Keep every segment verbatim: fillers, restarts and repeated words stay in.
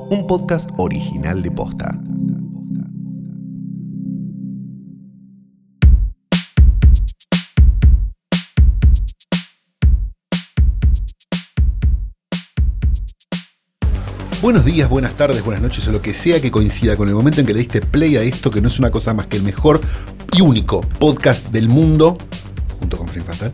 un podcast original de Posta. Buenos días, buenas tardes, buenas noches o lo que sea que coincida con el momento en que le diste play a esto, que no es una cosa más que el mejor y único podcast del mundo, junto con Frame Fatal.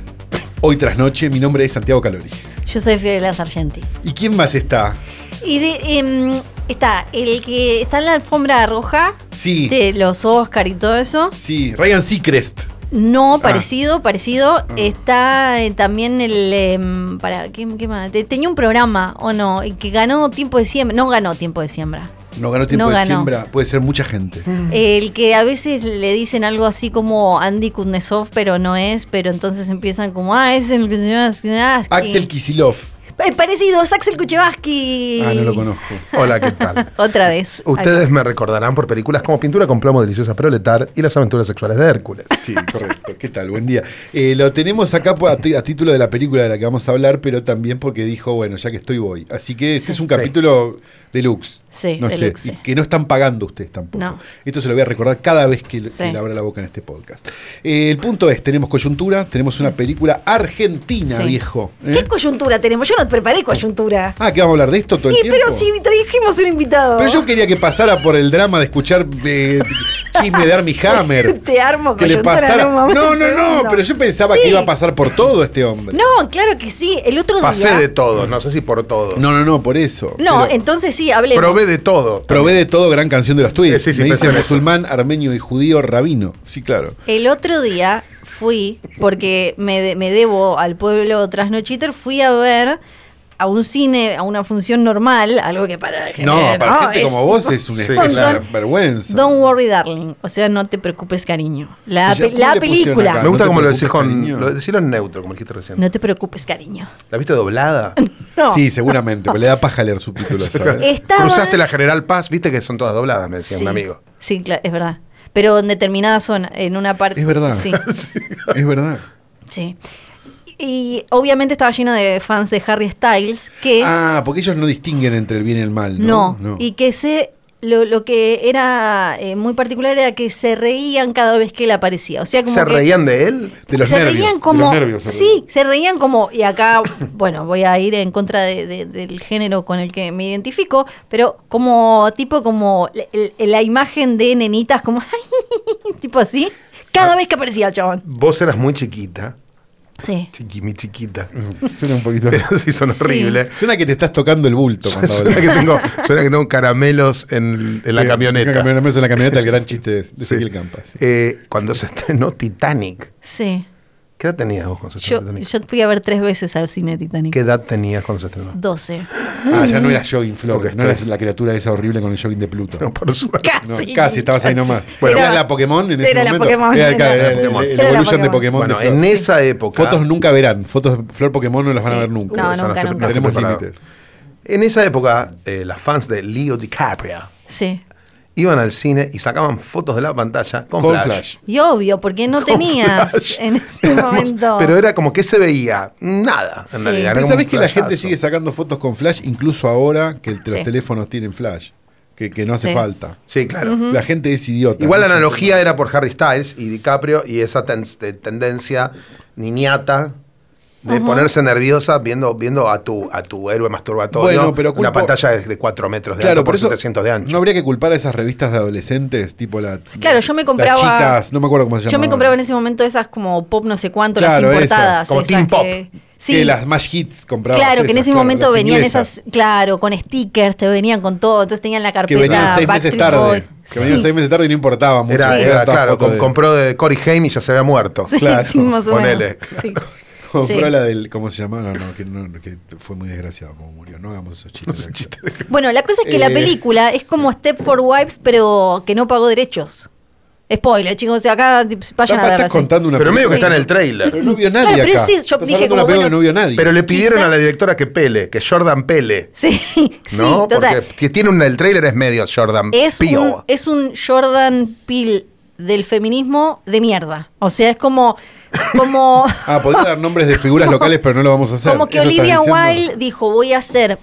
Hoy tras noche, mi nombre es Santiago Calori. Yo soy Fiorella Sargenti. ¿Y quién más está? Y de, um, está el que está en la alfombra roja, Sí. de los Oscar y todo eso. Sí, Ryan Seacrest. No, parecido, ah. parecido. Ah. Está eh, también el... Um, para, ¿qué, qué más? Te- Tenía un programa, ¿o no? El que ganó Tiempo de Siembra. No ganó Tiempo de Siembra. No ganó tiempo No de ganó. siembra, puede ser mucha gente. El que a veces le dicen algo así como Andy Kuznetsov, pero no es. Pero entonces empiezan como, ah, es el que se llama... Axel Kicillof. Eh, Parecido, es Axel Kuchevaski. Ah, no lo conozco. Hola, ¿qué tal? Otra vez. Ustedes me recordarán por películas como Pintura con plomo, Deliciosa Proletar y Las aventuras sexuales de Hércules. Sí, correcto. ¿Qué tal? Buen día. Eh, lo tenemos acá a, t- a título de la película de la que vamos a hablar, pero también porque dijo, bueno, ya que estoy, voy. Así que este Sí. es un Sí. capítulo deluxe. Sí, no deluxe, sé, sí. y que no están pagando ustedes tampoco. No. Esto se lo voy a recordar cada vez que, Sí. que le abra la boca en este podcast. Eh, el punto es, tenemos coyuntura, tenemos una película argentina, Sí. viejo. ¿eh? ¿Qué coyuntura tenemos? Yo no preparé coyuntura. Ah, ¿que vamos a hablar de esto todo el Sí, tiempo? pero si trajimos un invitado. Pero yo quería que pasara por el drama de escuchar eh, chisme de Armie Hammer. Te armo Que le coyuntura pasara. en un momento, No, no, no, segundo. pero yo pensaba Sí. que iba a pasar por todo este hombre. No, claro que sí. El otro Pasé día. de todo, no sé si por todo. No, no, no, por eso. No, Pero entonces sí, hablemos. Probé de todo. probé de todo, gran canción de los tweets. Sí, sí, Me dice pensé en eso. musulmán, armenio y judío rabino. Sí, claro. El otro día fui, porque me, de- me debo al pueblo trasnochiter, fui a ver a un cine, a una función normal, algo que para No, generar- para no, gente es- como vos es una, Sí, es una claro. vergüenza. Don't worry, darling. O sea, no te preocupes, cariño. La, Sí, ya, pe- ¿cómo la le pusieron película. acá? Me gusta no te como lo decís preocupes, con. cariño. Lo decirlo en neutro, como dijiste recién. No te preocupes, cariño. ¿La viste doblada? No. Sí, seguramente, pero le da paja leer subtítulos, ¿sabes? Estaba- Cruzaste la General Paz, viste que son todas dobladas, me decía Sí. un amigo. Sí, claro, es verdad. Pero en determinada zona, en una parte. Es verdad. Sí, Es verdad. sí. Y obviamente estaba lleno de fans de Harry Styles que. Ah, porque ellos no distinguen entre el bien y el mal, ¿no? No, y que se lo, lo que era eh, muy particular era que se reían cada vez que él aparecía. O sea, como ¿Se que reían de él? De los se nervios. reían de como los nervios se sí, reían. se reían como y acá bueno, voy a ir en contra de- de- del género con el que me identifico, pero como tipo como el- el- la imagen de nenitas como tipo así, cada vez que aparecía el chabón. Vos eras muy chiquita. Sí. Chiqui, mi chiquita. Suena un poquito. Pero sí son Sí. horribles. Suena que te estás tocando el bulto cuando Suena hablas. que, tengo, suena que tengo caramelos en, en la Sí, camioneta. Caramelos en la camioneta, el gran chiste de, de Sí. Ezequiel Campa. Sí. Eh, cuando se estrenó Titanic, Sí. ¿qué edad tenías vos cuando se Yo, estrenó Titanic? yo fui a ver tres veces al cine Titanic. ¿Qué edad tenías cuando se estrenó? doce. Ah, ya no eras Jogging Flor, Porque no eras estoy- la criatura esa horrible con el jogging de Pluto. No, por suerte. Casi. No, casi, estabas ahí nomás. Bueno, ¿Era era- la Pokémon en ese era la momento? Pokémon, Era, era claro, la era el, Pokémon. el Era la evolution de Pokémon. Pokémon. Bueno, de Flor. en esa época. Fotos nunca verán. Fotos Flor Pokémon no las van a Sí. ver nunca. No, Eso no nunca, estoy- nunca. no estoy Tenemos preparado. límites. En esa época, eh, las fans de Leo DiCaprio Sí. iban al cine y sacaban fotos de la pantalla con, Con flash. flash. Y obvio, porque no Con tenías flash. en ese Éramos- momento. Pero era como que se veía nada, en Sí. realidad. Era Pero como ¿sabés un que la gente flashazo. sigue sacando fotos con flash incluso ahora que el- los Sí. teléfonos tienen flash? Que, que no hace Sí. falta. Sí, claro. La gente es idiota. Igual la ¿no? analogía era por Harry Styles y DiCaprio y esa ten- de tendencia niñata de ponerse nerviosa viendo, viendo a tu a tu héroe masturbatorio Bueno, pero una culpo- pantalla de, de cuatro metros de Claro, alto por por eso setecientos de ancho. no habría que culpar a esas revistas de adolescentes, tipo la. Claro, yo me las compraba- chicas, no me acuerdo cómo se llama. Yo me compraba en ese momento esas como pop no sé cuánto, Claro, las esas, importadas. como esas Teen Pop. que- Sí. Que las más hits comprabas. Claro, que en esas, ese claro, momento las venían inglesas. esas, claro, con stickers, te venían con todo, entonces tenían la Que carpeta venían seis meses Backstreet tarde. Boys. Que venían Sí. seis meses tarde y no importaba mucho. Era, Eran era, todas claro, fotos com- de- compró de Corey Haim y ya se había muerto. Sí, Claro, sí, más o menos. ponele. Sí. Compró Sí. la del. ¿Cómo se llama? No, no, que, no, que fue muy desgraciado como murió. No hagamos esos chistes. Bueno, la cosa es que Eh. la película es como Step for Wives, pero que no pagó derechos. Spoiler, chicos, acá vayan Estás a verla. estás sí. contando una Pero medio que película. está en el trailer. Pero no vio nadie Claro, pero acá. sí, yo Estás dije hablando de como, una película bueno, que no vio nadie. Pero le pidieron Quizás- a la directora que pele, que Jordan pele. Sí, sí, ¿No? total. Porque que tiene un, el trailer es medio Jordan Es Peele. un, es un Jordan Peele del feminismo de mierda. O sea, es como... como Ah, podría dar nombres de figuras locales, pero no lo vamos a hacer. Como que ¿Eso estás Olivia diciendo? Wilde dijo, voy a hacer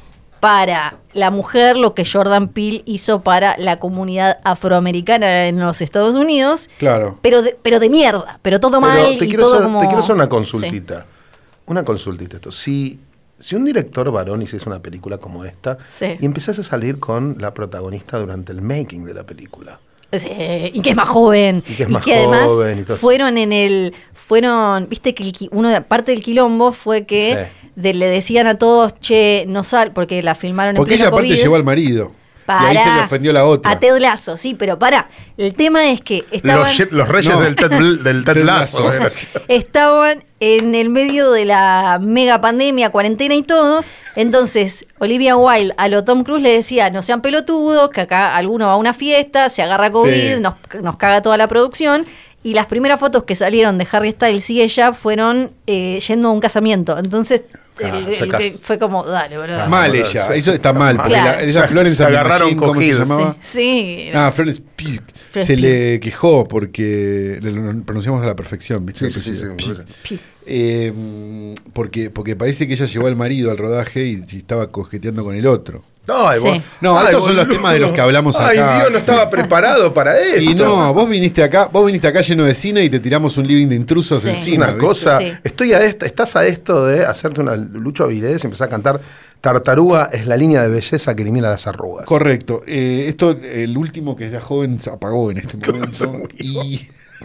para la mujer lo que Jordan Peele hizo para la comunidad afroamericana en los Estados Unidos. Claro. Pero de, pero de mierda, pero todo Pero mal te y quiero todo hacer, como... Te quiero hacer una consultita. Sí. Una consultita esto. Si, si un director varón hiciese una película como esta sí. y empezase a salir con la protagonista durante el making de la película. Sí, y que es más joven. Y que es y más que además joven y todo fueron en el... Fueron, viste que el, una parte del quilombo fue que Sí. de, le decían a todos, che, no sal, porque la filmaron Porque en ella pleno aparte COVID. llevó al marido. Pará, y ahí se le ofendió la otra. A Ted Lasso, sí, pero pará. El tema es que estaban, Los, los reyes No. del Ted, del Ted Ted Lasso. Lasso. era. estaban en el medio de la mega pandemia, cuarentena y todo. Entonces, Olivia Wilde a lo Tom Cruise le decía, no sean pelotudos, que acá alguno va a una fiesta, se agarra COVID, Sí. nos, nos caga toda la producción. Y las primeras fotos que salieron de Harry Styles y ella fueron eh, yendo a un casamiento. Entonces, Ah, el- se el- cas- fue como, dale, boludo. Mal boludo, ella, sí. eso está mal. Porque Claro. la- esa Se- Florence se agarraron Pugh, ¿cómo se cogidos. llamaba? Sí. Ah, Florence Pugh. Florence Se Pugh. le quejó porque le- lo pronunciamos a la perfección, ¿viste? Sí, sí, sí, sí, Pugh. sí. Pi. Eh, porque, porque parece que ella llevó al marido al rodaje y, y estaba coqueteando con el otro. Ay, Sí. vos- No, ay, estos son los boludo. temas de los que hablamos Ay, acá. Dios, no Sí. estaba preparado para esto. Y no, vos viniste acá, vos viniste acá lleno de cine y te tiramos un living de intrusos Sí. encima. Una ¿viste? cosa, Sí. estoy a esto, estás a esto de hacerte una Lucho Avilés y empezar a cantar Tartaruga es la línea de belleza que elimina las arrugas. Correcto. Eh, esto, el último que era joven se apagó en este momento se murió. y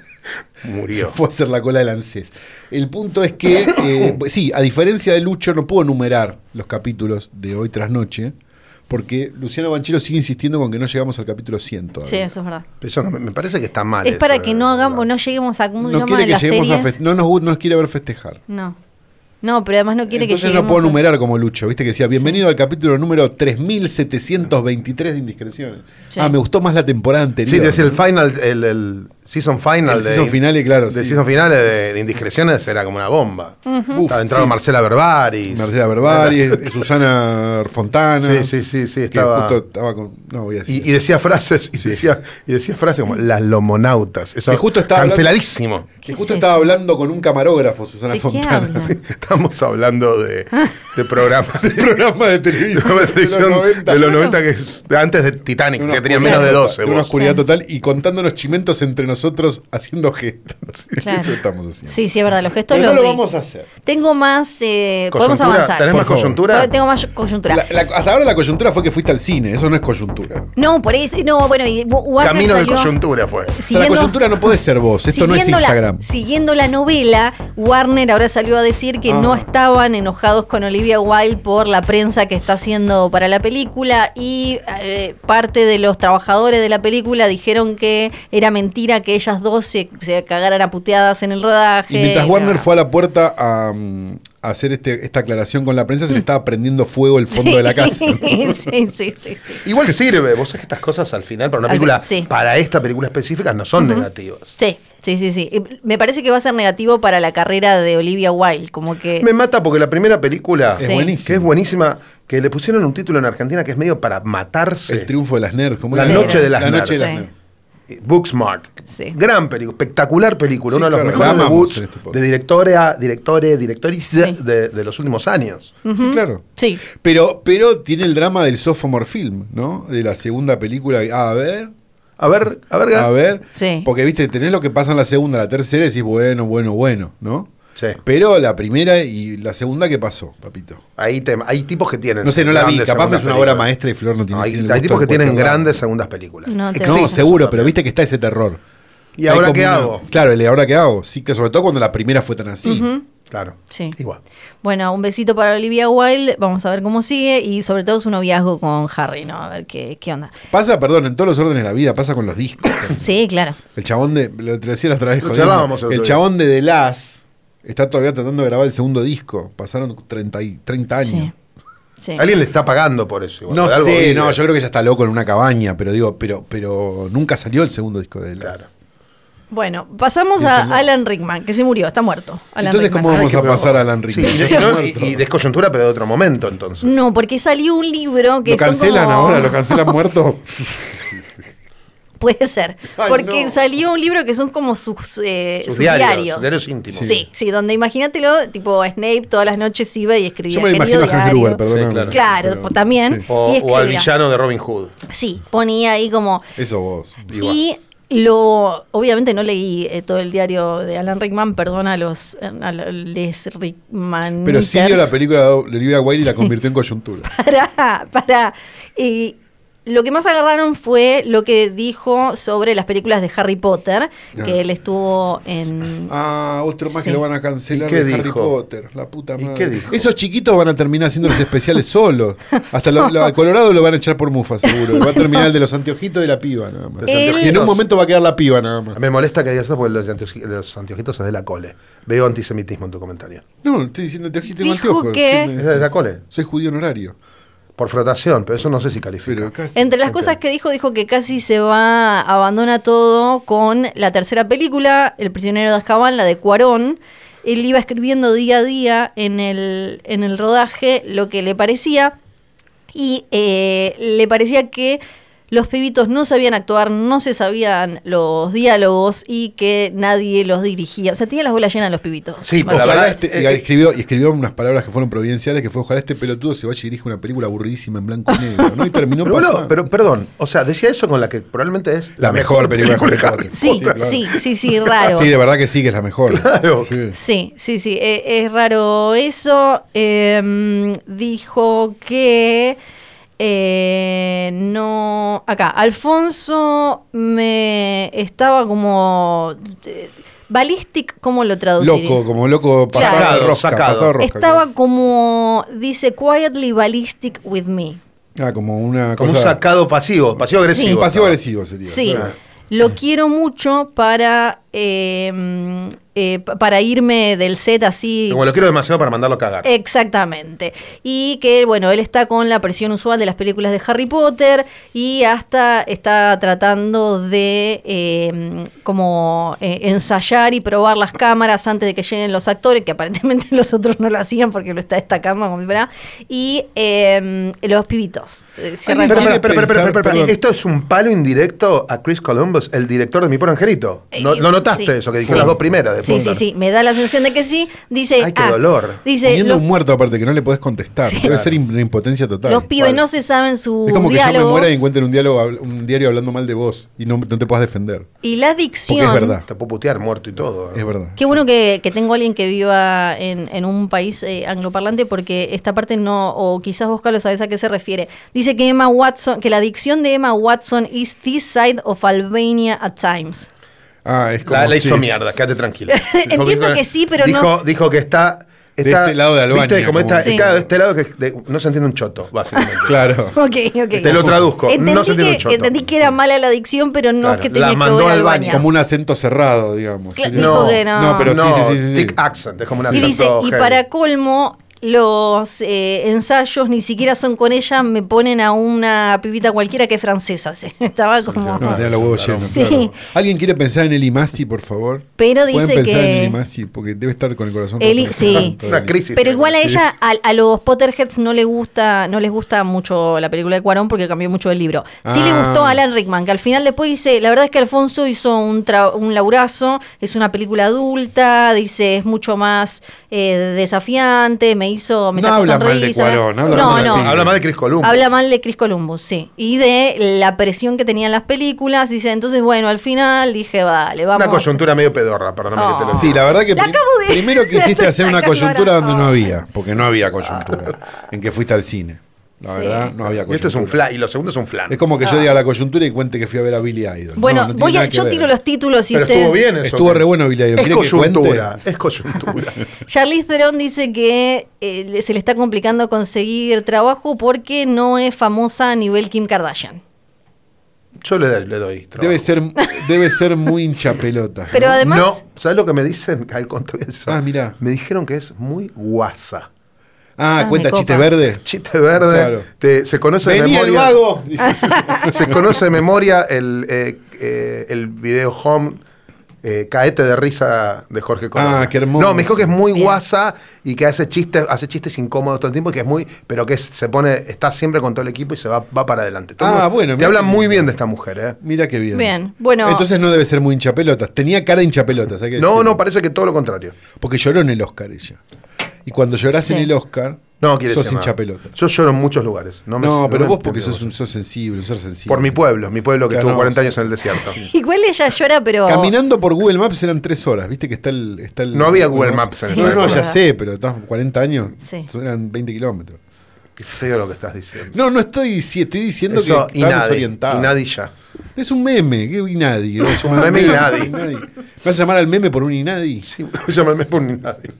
se Murió. fue a hacer la cola del ANSES. El punto es que, eh, pues sí, a diferencia de Lucho, no puedo numerar los capítulos de Hoy Tras Noche, porque Luciano Banchero sigue insistiendo con que no llegamos al capítulo cien todavía. Sí, eso es verdad. Eso no, me me parece que está mal. Es eso, para que eh, no hagamos, ¿verdad? no lleguemos a cómo se No llama quiere que las lleguemos a series. feste- no nos, gu- nos quiere ver festejar. No. No, pero además no quiere Entonces que no lleguemos puedo a- numerar como Lucho, viste que decía, bienvenido al capítulo número tres mil setecientos veintitrés de Indiscreciones. Sí. Ah, me gustó más la temporada anterior. Sí, es el final, el, el season final El de. season finale, claro, De sí. season finale de, de Indiscreciones era como una bomba. Uf, Estaba entrado sí. Marcela Berbaris. Marcela Berbari, eh, Susana Fontana. Sí, sí, sí, sí, que estaba. justo estaba con. No, voy a decir. Y, y decía frases, y Sí. decía, y decía frases como las lomonautas. Eso Que justo estaba canceladísimo. que ¿Qué justo es estaba eso? hablando con un camarógrafo, Susana ¿De qué Fontana. hablan? Sí. Estamos hablando de, de programas de, Programa de televisión, de televisión de los noventa. de los noventa, que es de antes de Titanic, Una que tenía oscuridad menos de total, doce. una vos. oscuridad total y contándonos chimentos entre nosotros haciendo gestos. Claro. Eso estamos haciendo. Sí, sí, es verdad, los gestos Pero los no lo vi. vamos a hacer. Tengo más, eh, podemos Coyuntura, avanzar. ¿tenés Por más favor. coyuntura? Tengo más coyuntura. La- la- hasta ahora la coyuntura fue que fuiste al cine, eso no es coyuntura. No, por eso, no, bueno, y Warner Camino de salió- coyuntura fue. O sea, la siguiendo- coyuntura no puede ser vos, esto no es siguiendo la- Instagram. siguiendo la novela, Warner ahora salió a decir que Ah. no estaban enojados con Olivia Wilde por la prensa que está haciendo para la película y eh, parte de los trabajadores de la película dijeron que era mentira que ellas dos se, se cagaran a puteadas en el rodaje. Y mientras bla, Warner bla. fue a la puerta a, mm, a hacer este, esta aclaración con la prensa, se le estaba prendiendo fuego el fondo de la casa. ¿no? sí, sí, sí, sí. Igual sirve, vos sabés que estas cosas al final, para una Al película, fin, sí. para esta película específica, no son negativas. Sí, sí, sí, sí. Y me parece que va a ser negativo para la carrera de Olivia Wilde, como que... Me mata porque la primera película, Es Sí. buenísimo. que es buenísima, que le pusieron un título en Argentina que es medio para matarse. El triunfo de las nerds. ¿cómo La era? noche de las La noche de nerds. las Sí. nerds. Booksmart. Sí. Gran película, espectacular película, Sí, uno de los claro, la mejores amamos debuts en este podcast. de directora, directores, directores Sí. de, de los últimos años. Sí, claro. Sí. Pero, pero tiene el drama del sophomore film, ¿no? De la segunda película. Ah, a ver, A ver, a ver, a ver. Sí. Porque, viste, tenés lo que pasa en la segunda, la tercera, y decís, bueno, bueno, bueno, ¿no? Sí. Pero la primera y la segunda, ¿qué pasó, papito? Hay, tem- hay tipos que tienen. No sé, no la vi. grandes Capaz segundas es una obra películas. maestra y Flor no tiene. Hay, tiene el hay gusto tipos que de tienen cualquier lado. grandes segundas películas. No te No, Sí. seguro, pero viste que está ese terror. ¿Y Hay ahora como qué una- hago? Claro, el ¿y ahora qué hago? Sí, que sobre todo cuando la primera fue tan así. Ujú. Claro. Sí. Igual. Bueno, un besito para Olivia Wilde, vamos a ver cómo sigue y sobre todo su noviazgo con Harry, ¿no? A ver qué, qué onda. Pasa, perdón, en todos los órdenes de la vida, pasa con los discos. Sí, claro. El chabón de, lo te lo decía la otra vez, Lo jodiendo, charlábamos el otro el día. chabón de The Last está todavía tratando de grabar el segundo disco. Pasaron treinta, y- treinta años. Sí. Sí. Alguien le está pagando por eso. Igual, No por algo sé, vive. no, yo creo que ya está loco en una cabaña, pero digo, pero, pero nunca salió el segundo disco de The Last. Claro. Bueno, pasamos Piénsenlo. a Alan Rickman, que se murió, está muerto. Alan Entonces, Rickman. ¿cómo vamos Ay, a qué pasar bravo. a Alan Sí, Rickman? y, Ya está no, muerto. y- y descoyuntura, pero de otro momento, entonces. No, porque salió un libro que ¿Lo son cancelan como- ahora? ¿Lo cancelan muerto? Puede ser. Ay, porque no. salió un libro que son como sus, eh, Sus sus diarios, diarios. diarios íntimos. Sí. sí, donde imagínatelo, tipo Snape todas las noches iba y escribía. Yo me lo "Querido imagino a Hans diario". Gruber, perdón. Sí, claro. Claro, pues, también. Sí. O, y o al escribía. villano de Robin Hood. Sí, ponía ahí como... Eso vos. Igual. Y lo obviamente no leí eh, todo el diario de Alan Rickman, perdona a los a les Rickman. Pero sí vio la película de Olivia Wilde y la convirtió en coyuntura. Para, para. Y lo que más agarraron fue lo que dijo sobre las películas de Harry Potter, Ah. que él estuvo en... Ah, otro más Sí. que lo van a cancelar ¿Y qué de Harry dijo? Potter. La puta ¿Y madre. qué dijo? Esos chiquitos van a terminar haciendo los especiales solos. Hasta lo, lo- al Colorado lo van a echar por mufa, seguro. Y va a terminar el de los anteojitos y la piba, nada más. Los Él- Y en anteojitos. un momento va a quedar la piba, nada más. Me molesta que digas eso porque los, anteoji- los anteojitos es de la cole. Veo antisemitismo en tu comentario. No, estoy diciendo anteojitos y Dijo anteojos. que- ¿Qué me ¿Es de la decís? cole? Soy judío honorario. Por frotación, pero eso no sé si califica. Pero casi. Entre las Ok. cosas que dijo, dijo que casi se va, abandona todo con la tercera película, El prisionero de Azkaban, la de Cuarón. Él iba escribiendo día a día en el, en el rodaje lo que le parecía y eh, le parecía que los pibitos no sabían actuar, no se sabían los diálogos y que nadie los dirigía. O sea, tenía las bolas llenas los pibitos. Sí, pero la Ojalá verdad, este- eh, y escribió, y escribió unas palabras que fueron providenciales, que fue ojalá este pelotudo se vaya y dirija una película aburridísima en blanco y negro, ¿no? Y terminó Pero, boludo, pasando. pero perdón, o sea, decía eso con la que probablemente es La mejor película de Harry Potter. Sí, claro. sí, sí, sí, raro. Sí, de verdad que sí, que es la mejor. Claro. Sí. Sí, sí, sí, eh, es raro eso. Eh, dijo que eh, no... Acá, Alfonso me estaba como... eh, ballistic, ¿cómo lo traduciría? Loco, como loco pasado Claro. de rosca. Sacado. Pasado de rosca, Estaba claro. como, dice, quietly ballistic with me. Ah, como una Como un cosa- sacado pasivo, pasivo Sí. agresivo. un pasivo agresivo sería. Sí, claro. lo quiero mucho para, eh, mm, eh, pa- para irme del set así. Como lo quiero demasiado para mandarlo a cagar. Exactamente. Y que, bueno, él está con la presión usual de las películas de Harry Potter y hasta está tratando de eh, como eh, ensayar y probar las cámaras antes de que lleguen los actores, que aparentemente los otros no lo hacían porque lo está destacando, como ¿verdad? Y eh, los pibitos. Eh, cierran Espera, con- espera, espera, espera, espera, espera. Perdón. Esto es un palo indirecto a Chris Columbus, el director de Mi Pobre Angelito. ¿No, Eh, ¿no notaste sí, eso? Que dijo sí. las dos primeras de Sí, sí, Potter. sí, me da la sensación de que sí. Dice, Ay, qué ah, dolor. Dice, Teniendo los, un muerto aparte que no le podés contestar. Debe Claro. ser im- una impotencia total. los pibes ¿Cuál? no se saben sus Es como que yo me diálogos muera y encuentren un diálogo, habl- un diario hablando mal de vos y no, no te puedas defender. y la Porque dicción. es verdad. Te puedo putear muerto y todo. ¿no? Es verdad. Qué bueno que, que tengo a alguien que viva en, en un país eh, angloparlante porque esta parte no, o quizás vos, Carlos, sabés a qué se refiere. Dice que Emma Watson, que la dicción de Emma Watson is this side of Albania at times. Ah, es como, La, la hizo sí. mierda, quédate tranquila. Entiendo Dijo que sí, pero dijo, no- Dijo que está... De está- este lado de Albania, ¿viste? Como como- esta, Sí. claro, de este lado que de- no se entiende un choto, básicamente. Claro. Ok, ok. Te lo traduzco, Entendí, no se entiende un que, choto. entendí que era mala la dicción, pero no Claro, que la tenía que mandó ver a Albania. Albania. Como un acento cerrado, digamos. Cla- Sería- dijo que no. No, pero sí, no, sí, sí, sí, sí. thick accent, es como un Y acento dice, y heavy. para colmo, los eh, ensayos ni siquiera son con ella, me ponen a una pibita cualquiera que es francesa. O sea, estaba como... No, tenía los huevos Claro. llenos. Sí. claro. ¿Alguien quiere pensar en Eli Masi, por favor? Pero ¿Pueden dice pensar en Eli que... Masi? Porque debe estar con el corazón Eli- roto. sí. Todo Una el- crisis. Pero igual a Sí. ella, a, a los Potterheads no le gusta, no les gusta mucho la película de Cuarón porque cambió mucho el libro. Sí le Ah. gustó a Alan Rickman, que al final después dice, la verdad es que Alfonso hizo un, tra- un laburazo, es una película adulta, dice, es mucho más eh, desafiante, me hizo, me No sacó habla mal de sonrisa. Cuarón, habla no, mal de no. la Habla más de Chris Columbus. Habla mal de Chris Columbus, sí. Y de la presión que tenían las películas. Dice, entonces, bueno, al final dije, vale, vamos. Una coyuntura medio pedorra, perdóname que te lo Oh. diga. Sí, la verdad que La pri- acabo de- primero quisiste hacer una sacar coyuntura ahora. donde no había, porque no había coyuntura, en que fuiste al cine. La Sí. verdad, no había Y coyuntura. esto es un flan, y lo segundo es un flan. Es como que yo diga la coyuntura y cuente que fui a ver a Billy Idol. Bueno, No, no tiene voy a, nada que yo ver. tiro los títulos y Pero usted... estuvo bien eso. Estuvo re bueno Billy Idol. Es ¿Quiere que coyuntura, cuente? es coyuntura. Charlize Theron dice que eh, se le está complicando conseguir trabajo porque no es famosa a nivel Kim Kardashian. Yo le, doy- le doy trabajo. Debe ser, debe ser muy hinchapelota. Pero ¿no? además... No, ¿sabes lo que me dicen? Al contrario de eso. Ah, mirá. Me dijeron que es muy guasa. Ah, Ah, cuenta me copa. chiste verde. Chiste verde. Claro. te- se conoce de Vení el memoria. vago. Dice. Se conoce de memoria el, eh, eh, el video home eh, Caete de risa de Jorge Corona. Ah, qué hermoso. No, me dijo que es muy Bien. guasa y que hace chistes, hace chistes incómodos todo el tiempo, y que es muy, pero que es- se pone, está siempre con todo el equipo y se va, va para adelante. Todo el Ah, mundo- bueno, Te mira hablan que muy lindo. bien de esta mujer, ¿eh? Mira qué bien. Bien, bueno. Entonces no debe ser muy hinchapelotas. Tenía cara de hinchapelotas, hay que No, decirlo. no, parece que todo lo contrario. Porque lloró en el Oscar ella. Y cuando llorás Sí. en el Oscar, No, quiere sos decir nada. hinchapelotas. Yo lloro en muchos lugares. No, me- No, no pero me vos porque entiendo sos, un, vos. sos sensible, un ser sensible. Por mi pueblo, mi pueblo que Claro, estuvo no, cuarenta sí. años en el desierto. Igual ella llora, pero. Caminando por Google Maps eran tres horas, viste que está el... Está el No había Google Maps en Sí, esa No, no, época. ya sé, pero estás cuarenta años, Sí. eran veinte kilómetros. Qué feo lo que estás diciendo. No, no estoy, dici- estoy diciendo Eso, que estamos Inadi, orientados. Inadi ya. Es un meme, ¿qué Inadi? Es un meme Inadi. ¿Me vas a llamar al meme por un Inadi? Sí, llámame por Inadi.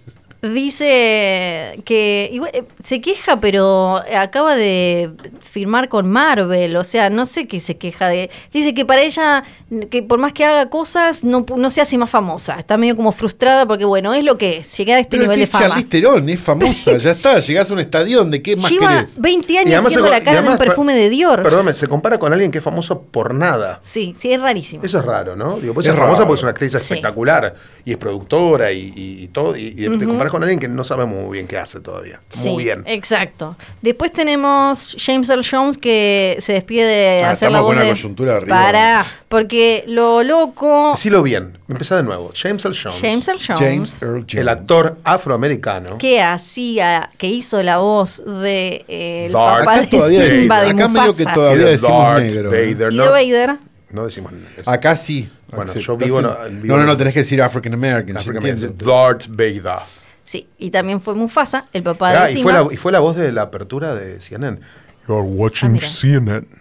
Dice que igual, eh, se queja, pero acaba de firmar con Marvel, o sea, no sé qué se queja de. Dice que para ella, que por más que haga cosas, no, no se hace más famosa. Está medio como frustrada porque, bueno, es lo que es. Llegué a este Pero nivel es de que es fama. Charlize Theron, es famosa, ya está, llegás a un estadio, ¿de qué más Lleva querés? veinte Y años además siendo se- la y cara de un además, perfume de Dior. Perdóname, se compara con alguien que es famoso por nada. Sí, sí, es rarísimo. Eso es raro, ¿no? Digo, pues Es es famosa raro. porque es una actriz Sí. espectacular y es productora y, y- y todo. Y, y te comparas con alguien que no sabe muy bien qué hace todavía. Sí, Muy bien. exacto. Después tenemos James Earl Jones que se despide de Ah, hacer la estamos voz con una de... coyuntura arriba. Para, porque lo loco... Decilo bien. Empezá de nuevo. James Earl Jones. James Earl Jones, James Earl Jones. El actor afroamericano. que hacía, que hizo la voz de eh, el Darth papá Acá de todavía Simba decimos, de acá medio que Mufasa todavía Y de decimos Darth negro. ¿eh? Vader, y ¿no? de Vader. No decimos eso. Acá sí. Bueno, Acá yo sí. vivo No, en- vivo no, no, en- tenés que decir African American. African yo American, entiendo. Darth Vader. Sí, y también fue Mufasa, el papá Ah, de y, Simba. fue la, y fue la voz de la apertura de C N N. You're watching Ah, mira. C N N.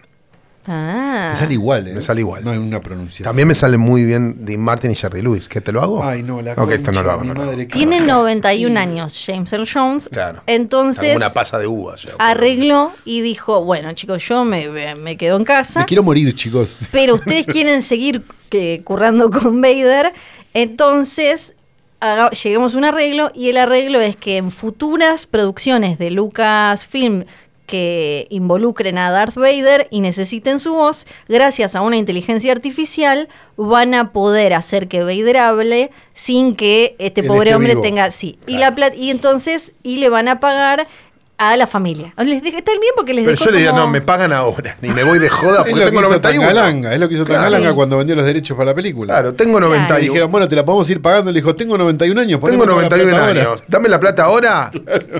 Ah. Me sale igual, ¿eh? Me sale igual. No hay una pronunciación. También me sale muy bien Dean Martin y Jerry Lewis. ¿Qué te lo hago? Ay, no, la Ok, esto no lo hago. mi no lo hago. madre, qué Tiene raro. noventa y un años James Earl Jones. Claro. Entonces Una pasa de uvas. ya. arregló y dijo, bueno chicos, yo me, me quedo en casa. Me quiero morir, chicos. Pero ustedes quieren seguir que, currando con Vader, entonces haga- lleguemos a un arreglo y el arreglo es que en futuras producciones de Lucasfilm que involucren a Darth Vader y necesiten su voz, gracias a una inteligencia artificial van a poder hacer que Vader hable sin que este Él pobre esté hombre vivo. tenga sí y Claro. la plat- y entonces y le van a pagar a la familia. Les dejé está bien porque les Pero dejó yo le diría, como- no, me pagan ahora. Ni me voy de joda Es porque lo que tengo hizo noventa y uno. Tangalanga, es lo que hizo Claro. Tangalanga Sí. cuando vendió los derechos para la película. Claro, tengo noventa Claro. Y y uno. dijeron, bueno, te la podemos ir pagando. Le dijo, tengo noventa y un años. Tengo poneme toda la noventa y uno plata años. ahora. Dame la plata ahora.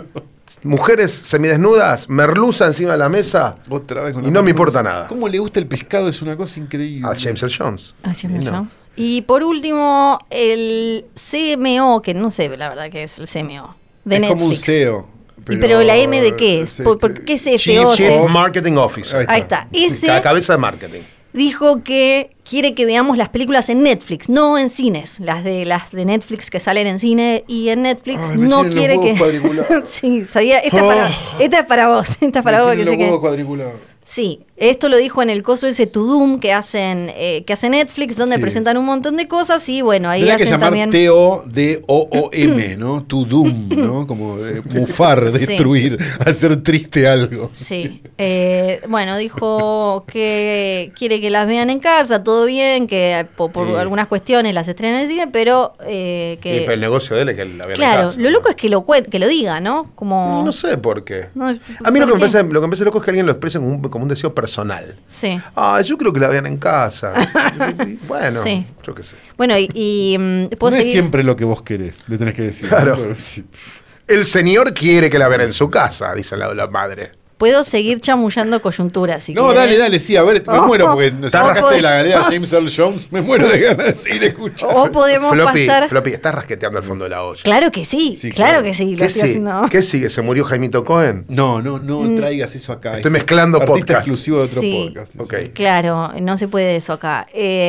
Mujeres semidesnudas, merluza encima de la mesa. Otra vez con Y la no me mano. importa nada. ¿Cómo le gusta el pescado? Es una cosa increíble. A James Earl Jones. Ah, James Y no. Jones. Y por último, el C M O, que no sé la verdad que es el C M O, de es Netflix. como un C E O. ¿Y pero la M de qué es? ¿Por- por qué es F O? Chief, Chief Sí. Marketing Officer. Ahí Ahí está. Ese La cabeza de marketing. dijo que quiere que veamos las películas en Netflix, no en cines. Las de las de Netflix que salen en cine y en Netflix Ay, me no tienen los quiere huevos que. cuadriculados. Sí, sabía. Esta, es para, Oh. esta es para vos. Esta es para Me vos. tienen Que los sé que- huevos cuadriculados. Sí, esto lo dijo en el coso ese To Doom que hacen eh, que hace Netflix, donde Sí. presentan un montón de cosas y bueno, ahí Tendría que hacen llamar también. T O D O O M, ¿no? To doom, ¿no? Como eh, mufar, Sí. destruir, hacer triste algo. Sí, eh, bueno, dijo que quiere que las vean en casa, todo bien, que po- por, Sí. algunas cuestiones las estrenen en el cine, pero eh, Y, que... pero el negocio de él es que la vean en claro, casa. lo loco es que lo, cuen- que lo diga, ¿no? Como... No, no sé por qué. No, A mí lo ¿por que, me qué? parece, lo que me parece loco es que alguien lo exprese como un, como un deseo personal. Sí. Ah, yo creo que la vean en casa. Y bueno, Sí. yo qué sé. Bueno, y... y, mm, ¿puedo No es seguir? siempre lo que vos querés, le tenés que decir. Claro. ¿no? Pero sí. El señor quiere que la vean en su casa, dice la, la madre. Puedo seguir chamullando coyuntura, si No, querés. dale, dale, sí, a ver, me Oh. muero porque no Vos sacaste de la podés- galera James Earl Jones, me muero de ganas de seguir escuchando. O podemos Floppy, pasar... Floppy, estás rasqueteando al fondo de la olla. Claro que sí, Sí, claro, claro. que sí, lo ¿Qué, estoy sigue? haciendo. ¿Qué sigue? ¿Se murió Jaimito Cohen? No, no, no Mm. traigas eso acá. Estoy es mezclando artista podcast. exclusivo de otro Sí. podcast. Ok. Claro, no se puede eso acá.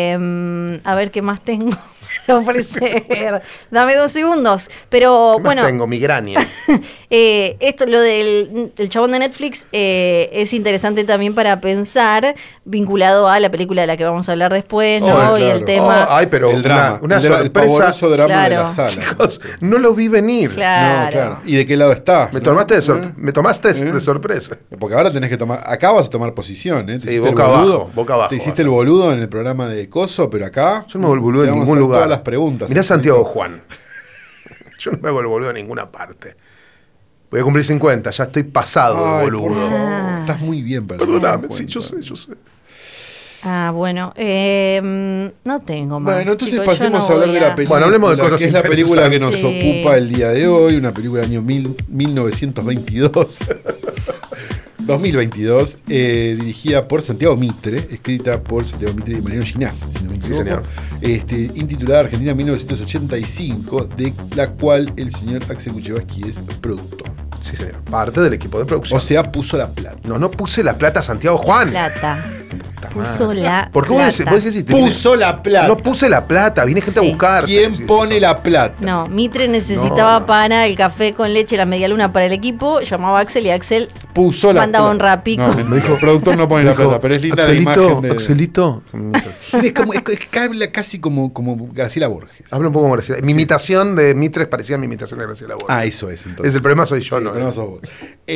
Eh, a ver qué más tengo que ofrecer. Dame dos segundos. Pero ¿Qué más bueno, tengo migraña. eh, esto, lo del el chabón de Netflix Netflix eh, es interesante también para pensar, vinculado a la película de la que vamos a hablar después, ¿no? Oh, Y claro. el tema... Oh, ay, pero el drama, una, una el, dra- el sorpresa. pavoroso drama Claro. de la sala. Chicos, no lo vi venir. Claro. No, claro. ¿Y de qué lado está? Me tomaste de, sor- ¿Eh? me tomaste ¿Eh? de sorpresa. Porque ahora tenés que tomar. Acá vas a tomar posición, ¿eh? Te Sí, hiciste el boca boludo, abajo, boca abajo. Te hiciste el boludo en el programa de Coso, pero acá. Yo no me hago el boludo te en vamos a ningún hacer lugar. Todas las preguntas. Mirá ¿eh? Santiago Juan. Yo no me hago el boludo en ninguna parte. Voy a cumplir cincuenta, ya estoy pasado de Ay, boludo. por favor. Ah. Estás muy bien para Perdóname, los sí, yo cincuenta. sé, yo sé. Ah, bueno, eh, mm, no tengo más. Bueno, entonces chicos, yo pasemos no a hablar voy de la película. Bueno, hablemos de cosas que es la película que nos interesantes. ocupa el día de hoy, una película del año mil, mil novecientos veintidós. dos mil veintidós, eh, dirigida por Santiago Mitre, escrita por Santiago Mitre y Mariano Ginás, si no me equivoco, señor. este, intitulada Argentina mil novecientos ochenta y cinco, de la cual el señor Axel Kuchevaski es productor. Sí, señor. Parte del equipo de producción. O sea, puso la plata. no, no puse la plata a Santiago Juan. Plata. Puta Puso madre. la ¿Por qué vos decís, plata. vos decís, te viene- Puso la plata. No puse la plata, viene gente Sí. a buscar. ¿Quién pone la plata? No, Mitre necesitaba No, no. para el café con leche, la media luna para el equipo, llamaba a Axel y Axel Puso la mandaba plata. un Rappi No, con- me dijo, el productor no pone la plata, pero es linda Axelito, la imagen de... Axelito. Es, como, es, es que habla casi como, como Graciela Borges. Habla un poco como Graciela. Mi imitación de Mitres parecía mi imitación de Graciela Borges. Ah, eso es entonces. Es el problema soy yo, Sí, ¿no? pero no sos vos.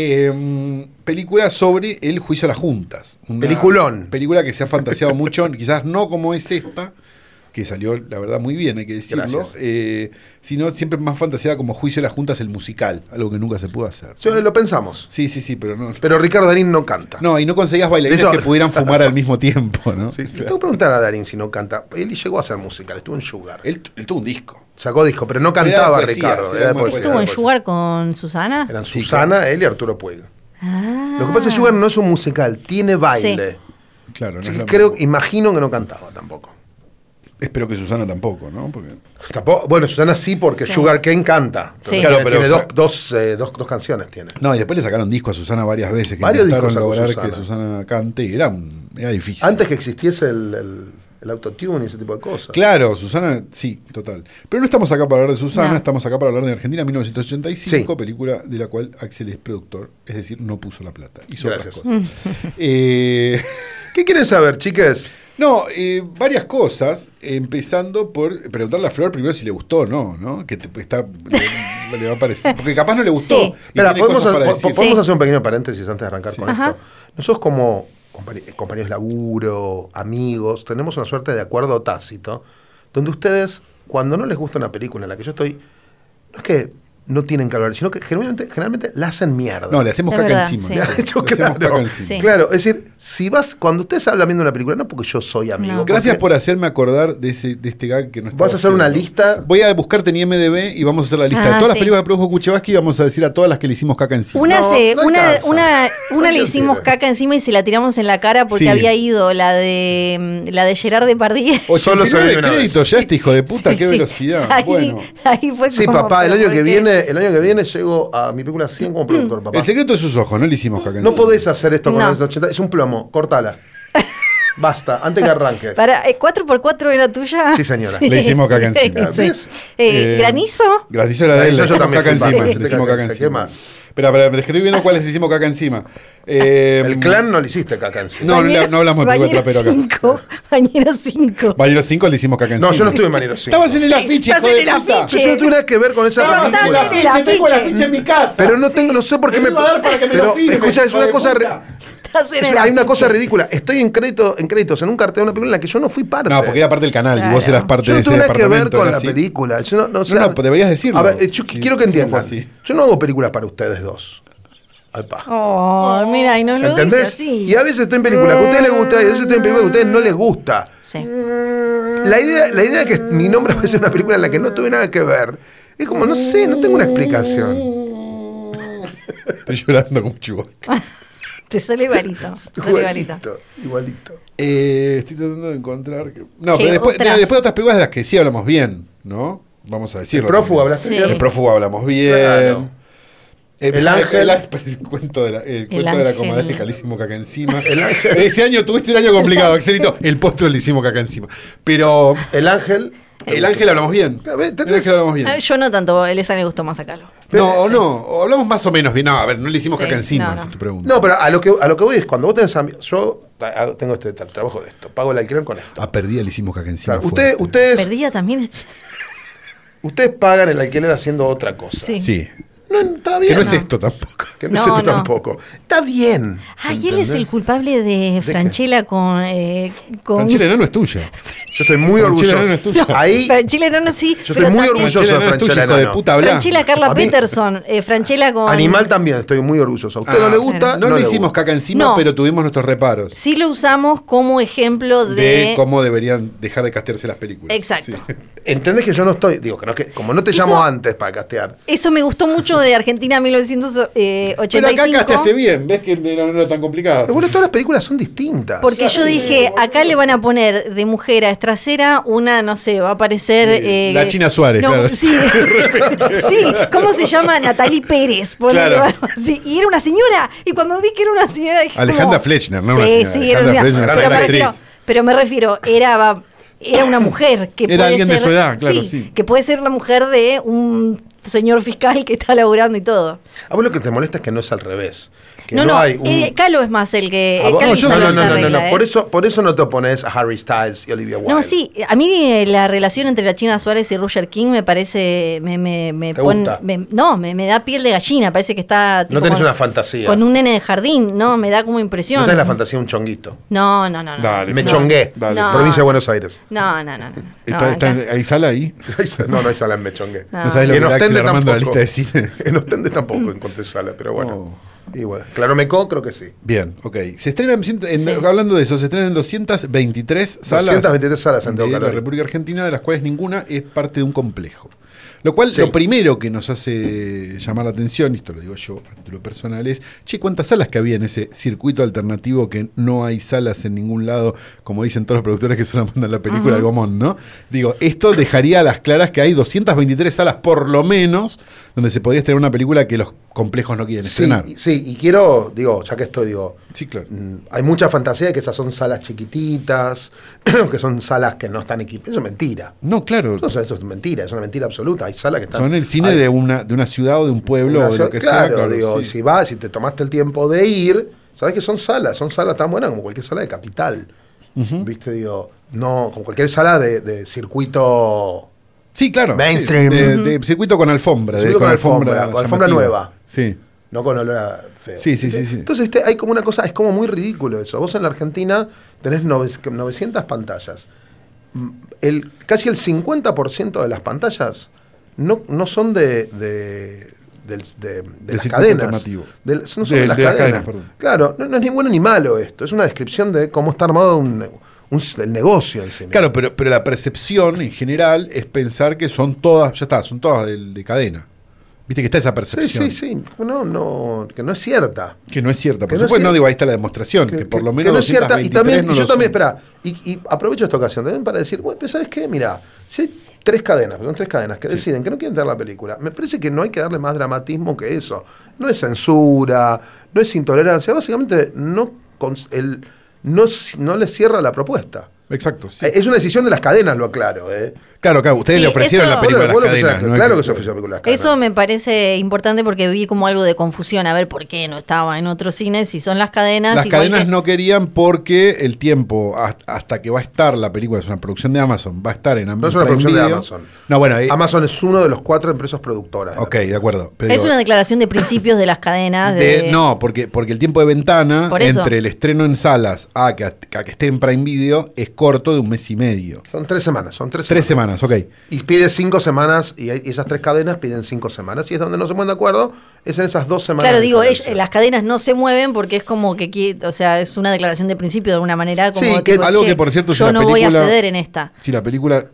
Eh, película sobre el juicio a las juntas. Una Peliculón. Película que se ha fantaseado mucho, quizás no como es esta, que salió, la verdad, muy bien, hay que decirlo, Gracias. eh, sino siempre más fantaseada como juicio a las juntas el musical, algo que nunca se pudo hacer. Yo, lo pensamos. Sí, sí, sí, pero no. Pero Ricardo Darín no canta. No, y no conseguías bailarinas De eso- que pudieran fumar al mismo tiempo, ¿no? Sí. Le tengo que preguntar a Darín si no canta. Él llegó a hacer musical, estuvo en Sugar. Él, él tuvo un disco. Sacó disco, pero no Pero era cantaba de poesía, Ricardo. sí, era de era muy poesía, estuvo era en de poesía. Sugar con Susana. Eran Sí, Susana, él y Arturo Puig. Ah. Lo que pasa es que Sugar no es un musical, tiene baile. Claro, no Así es que lo creo, mismo. imagino que no cantaba tampoco. Espero que Susana tampoco, ¿no? Porque Tampoco- bueno, Susana sí, porque Sí. Sugar Cane canta. Sí. Claro, Tiene, pero, tiene o sea- dos, dos, eh, dos, dos canciones. Tiene. no, y después le sacaron disco a Susana varias veces, que Varios intentaron discos sacó lograr Susana. que Susana cante, y era, un- era difícil. Antes que existiese el, el, el autotune y ese tipo de cosas. Claro, Susana, sí, total. Pero no estamos acá para hablar de Susana, No. estamos acá para hablar de Argentina mil novecientos ochenta y cinco, Sí. película de la cual Axel es productor, es decir, no puso la plata. Hizo Gracias. otras cosas. eh, ¿Qué quieren saber, chiques? no, eh, varias cosas, empezando por preguntarle a Flor primero si le gustó o no, ¿no? Que te, está, le, le va a parecer. Porque capaz no le gustó. Sí. y Espera, tiene ¿podemos, cosas para po- decir. podemos Sí. hacer un pequeño paréntesis antes de arrancar Sí. con Ajá. esto? Nosotros como compañ- compañeros de laburo, amigos, tenemos una suerte de acuerdo tácito, donde ustedes, cuando no les gusta una película en la que yo estoy, no es que no tienen que hablar, sino que generalmente, generalmente la hacen mierda. No, le hacemos Es caca verdad, encima. sí. Le De hecho, hacemos claro. caca encima. Sí. Claro, es decir, si vas, cuando ustedes hablan viendo una película, no porque yo soy amigo. No. porque Gracias por hacerme acordar de ese de este gag que no ¿Vas a hacer una lista? Voy a buscarte en I M D B y vamos a hacer la lista Ah, de todas las sí. películas que produjo Kuchevaski y vamos a decir a todas las que le hicimos caca encima. Una, No, se- no una, alcanza. una, una le No hicimos quiere. caca encima y se la tiramos en la cara porque Sí. había ido la de mm, la de Gerard Depardieu. Solo se ochenta y nueve ve una créditos vez. ya este hijo de puta, Sí, qué sí. velocidad. Ahí, Bueno. ahí fue Sí, como, papá, el pero año que ¿por qué? viene, el año que viene llego a mi película cien como productor, papá. El secreto de sus ojos, no le hicimos caca encima. No podés hacer esto con No. los ochenta, es un plomo, cortala. Basta, antes que arranques. Para, eh, ¿cuatro por cuatro era tuya? Sí, señora. Le hicimos caca encima. Sí. ¿Ves? Eh, Eh, ¿Granizo? Granizo era de él, Granizo le yo hicimos también caca fui encima. fan, Le hiciste hicimos caca caca encima. ¿Qué encima. más? Espera, espera, es que estoy viendo cuáles le hicimos caca encima. Eh, El clan no le hiciste caca encima. No, no, le- no hablamos de película Bañero trapero acá. cinco. Bañero cinco. Bañero cinco le hicimos caca encima. No, yo no estuve en Manero cinco. Estabas en el afiche, estás hijo en de el puta. afiche. Yo no tuve nada que ver con esa Pero película. estás en el afiche. Tengo el afiche en mi casa. Pero no tengo, no sé por qué Me me. lo iba a dar para que me lo Pero firme, escucha, es hijo una de cosa. puta. re- Estás en es el una- hay una afiche. cosa ridícula. Estoy en crédito, en créditos en un cartel de una película en la que yo no fui parte. No, porque era parte del canal y vos Claro. eras parte Yo de no ese tuve nada que ver departamento. con ¿era la así? película. Yo no, no, o No, sea, no, deberías decirlo. A ver, eh, yo Sí, quiero que sí, fue entiendan. así. Yo no hago películas para ustedes dos. Alpa. Oh, mira, y nos lo dice ¿Entendés? así. Y a veces estoy en películas que a ustedes les gusta y a veces estoy en películas que a ustedes no les gusta. Sí. La idea, la idea de que mi nombre aparece en una película en la que no tuve nada que ver es como, no sé, no tengo una explicación. Estoy llorando como chihuahua. Te sale igualito. Te sale igualito. Igualito, igualito. Eh, estoy tratando de encontrar. Que... No, ¿Qué pero después, otras? mira, después de otras películas de las que sí hablamos bien, ¿no? Vamos a decirlo. El prófugo también. hablaste Sí. bien. El prófugo hablamos bien. Claro. Eh, El ángel. El, el cuento de la, el cuento de la ángel. comadreja, le hicimos caca encima. El ángel. Ese año tuviste un año complicado, Axelito. El postre le hicimos caca encima. Pero El ángel, El Ángel hablamos bien. A ver, El ¿entendés? Ángel hablamos bien. Ah, Yo no tanto, el esa le gustó más a Calo. No, o no, o hablamos más o menos bien. No, a ver, no le hicimos Sí, caca encima, no, no. si te pregunto. No, pero a lo que a lo que voy es cuando vos tenés amigos. Yo hago- tengo este tra- trabajo de esto, pago el alquiler con esto. A perdida le hicimos caca encima. Claro, ustedes, fuerte. ustedes, Perdida también. ustedes pagan el alquiler haciendo otra cosa. Sí. Sí. No, está bien. Que no es No. esto tampoco. Que no, No, es esto no. tampoco. Está bien. Ay, él es ¿entendés? el culpable de Franchella con. Eh, con Franchella Enano es tuya. Yo estoy muy Franchella orgulloso. no es tuya. Ahí, Franchella Enano sí. Yo pero estoy muy también- orgulloso Franchella de Enano es tuya, Franchella hijo de Enano. puta, habla. Franchella Carla A mí- Peterson. Eh, Franchella con. Animal también, estoy muy orgulloso. A usted Ah, no le gusta. claro. No, le le hicimos gusta. caca encima, No. pero tuvimos nuestros reparos. Sí lo usamos como ejemplo de. De cómo deberían dejar de castearse las películas. Exacto. Sí. ¿Entendés que yo no estoy? Digo, que no, que como no te Eso- llamo antes para castear. Eso me gustó mucho de Argentina mil novecientos ochenta Pero y acá cinco. casteaste bien, ves que no, no era tan complicado. Pero bueno, todas las películas son distintas. Porque yo dije, acá le van a poner de mujer a Estracera una, no sé, va a aparecer. Sí, eh, la China Suárez, no, claro. Sí, sí, ¿cómo se llama? Natalie Pérez. ponele Claro. algo así. Y era una señora. Y cuando vi que era una señora dije. Alejandra como- Flechner, no sí, una señora. Sí, era Alejandra una Flechner, pero, gran me actriz. refiero, pero me refiero, era. va- Era una mujer que Era puede alguien de ser, su edad, claro, sí. que puede ser una mujer de un señor fiscal que está laburando y todo. A vos lo que te molesta es que no es al revés. Que no, no, no, hay un. eh, Calo es más el que. ¿A eh, vos? Calo no, yo no, instala no, soy no, esta no, no, regla, Por ¿eh? eso, por eso no te opones a Harry Styles y Olivia Wilde. No, sí, a mí eh, la relación entre la China Suárez y Roger King me parece, me, me, me ¿Te pone- gusta? me- no, me, me da piel de gallina, parece que está tipo, No tenés con, una fantasía. con un nene de jardín, no, me da como impresión. No tenés la fantasía de un chonguito. No, no, no, no. Dale, Me no. chongué. Dale. No. Provincia de Buenos Aires. No, no, no, no. Está, No, está- acá- ¿Hay sala ahí? No, no hay sala en Me chongué. No. No sabés lo Y que en era Axel Ostende armando la tampoco. lista de cine. En Ostende tampoco encontré sala, pero bueno. Oh. Y bueno, Claro Mecó creo que sí. Bien, ok. Se estrenan, en- Sí. hablando de eso, se estrenan doscientas veintitrés salas. doscientas veintitrés salas, Santiago de la Calori. República Argentina, de las cuales ninguna es parte de un complejo. Lo cual, Sí. lo primero que nos hace llamar la atención, y esto lo digo yo a título personal, es, che, ¿cuántas salas que había en ese circuito alternativo que no hay salas en ningún lado, como dicen todos los productores que solo mandan la película al Gomón, ¿no? Digo, esto dejaría a las claras que hay doscientas veintitrés salas por lo menos donde se podría estrenar una película que los complejos no quieren Sí, estrenar. y- sí, y quiero, digo, ya que estoy, digo, Sí, claro. mm, hay mucha fantasía de que esas son salas chiquititas, que son salas que no están equipadas. Eso es mentira. No, claro. Eso, eso es mentira, es una mentira absoluta. Hay salas que están. Son el cine hay- de una, de una ciudad o de un pueblo una o de sola- lo que claro, sea. digo, sí. si vas, si te tomaste el tiempo de ir, sabes que son salas, son salas tan buenas como cualquier sala de capital. Viste, digo, no, como cualquier sala de, de circuito. Sí, claro. Mainstream. sí, de, de circuito con alfombra. de- Circuito con alfombra, alfombra con alfombra llamativa. nueva. Sí. No con olor a feo. Sí, sí, sí, sí. Entonces, viste, hay como una cosa, es como muy ridículo eso. Vos en la Argentina tenés nove- novecientas pantallas. Mm, El, casi el cincuenta por ciento de las pantallas no, no son de, de, del- de- de las circuito cadenas. alternativo. Del- no son De- de, las de las cadenas. cadenas, perdón. Claro, no, no es ni bueno ni malo esto. Es una descripción de cómo está armado un, un- el negocio en sí mismo. Claro, pero, pero la percepción en general es pensar que son todas, ya está, son todas de, de cadena. Viste que está esa Sí, percepción. sí, sí. No, no, que no es cierta. Que no es cierta. Por Que no es supuesto, no cierta. digo, ahí está la demostración, que, por lo menos no es cierta. Y doscientas veintitrés también, no y yo lo también, son. espera, y, y aprovecho esta ocasión también para decir, bueno, pero ¿sabes qué? Mira, si hay tres cadenas, son tres cadenas que deciden que no quieren tener la película, me parece que no hay que darle más dramatismo que eso. No es censura, no es intolerancia, básicamente no, cons- el, no, s- no le cierra la propuesta. Exacto. sí. Eh, Es una decisión de las cadenas, lo aclaro. ¿eh? Claro, claro, ustedes Sí, le ofrecieron eso- la película a las Vos lo- vos lo cadenas. ofreciste, ¿no? claro Es que se ofreció la película a las cadenas. Eso me parece importante porque vi como algo de confusión, a ver por qué no estaba en otros cines, si son las cadenas. Las igual cadenas que- no querían porque el tiempo has- hasta que va a estar la película, es una producción de Amazon, va a estar en No es una Prime producción de Video. Amazon. No, bueno, eh, Amazon es uno de los cuatro empresas productoras. de la ok, de acuerdo. pero Es digo, una declaración de principios de las cadenas. De, de- no, porque, porque el tiempo de ventana Por eso. entre el estreno en salas a que, a que esté en Prime Video es corto de un mes y medio. Son tres semanas, son tres, Tres semanas, ok. Y pide cinco semanas, y hay- y esas tres cadenas piden cinco semanas. Y es donde no se ponen de acuerdo, es en esas dos semanas. Claro, de digo, diferencia. ell- las cadenas no se mueven porque es como que, qui- o sea, es una declaración de principio de alguna manera. Como Sí, que tipo, algo che, que, por cierto, si yo la no voy a película- ceder en esta. Si la película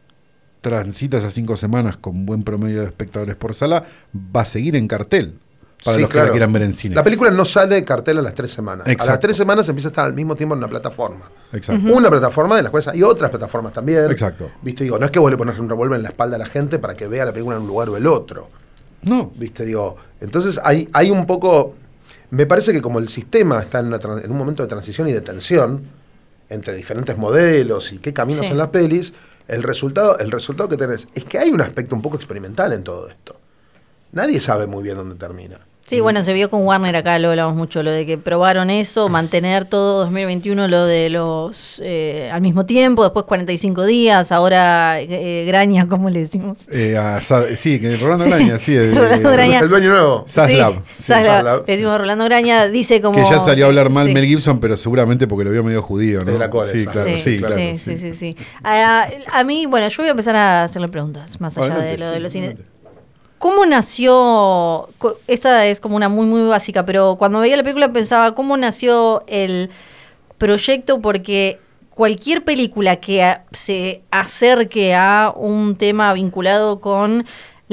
transita esas cinco semanas con buen promedio de espectadores por sala, va a seguir en cartel para Sí, los que claro. la quieran ver en cine. La película no sale de cartel a las tres semanas. A Exacto. las tres semanas empieza a estar al mismo tiempo en una plataforma. Exacto. Una plataforma de las cuales hay otras plataformas también. Exacto. Viste, digo, no es que vos le pones un revólver en la espalda a la gente para que vea la película en un lugar o el otro. No. Viste, digo, entonces hay, hay un poco. Me parece que como el sistema está en, una tran- en un momento de transición y de tensión entre diferentes modelos y qué caminos Sí. en las pelis, El resultado, el resultado que tenés es que hay un aspecto un poco experimental en todo esto. Nadie sabe muy bien dónde termina. Sí, bueno, se vio con Warner acá, lo hablamos mucho, lo de que probaron eso, mantener todo dos mil veintiuno, lo de los eh, al mismo tiempo, después cuarenta y cinco días, ahora eh, Graña, ¿cómo le decimos? Eh, a Sa- sí, que Rolando Graña, sí. El, Rolando el- Graña. El dueño nuevo. Zaslav. Sí, Sí, Zaslav. Zaslav. Le decimos Rolando Graña, dice como... Que ya salió a hablar mal sí. Mel Gibson, pero seguramente porque lo vio medio judío, ¿no? De la cola, sí, exacto. claro, sí, sí, claro. sí, sí, sí, sí. A, a mí, bueno, yo voy a empezar a hacerle preguntas, más allá Adelante, de lo sí, de los cines. adelante. ¿Cómo nació? co- Esta es como una muy, muy básica, pero cuando veía la película pensaba, ¿cómo nació el proyecto? Porque cualquier película que a- se acerque a un tema vinculado con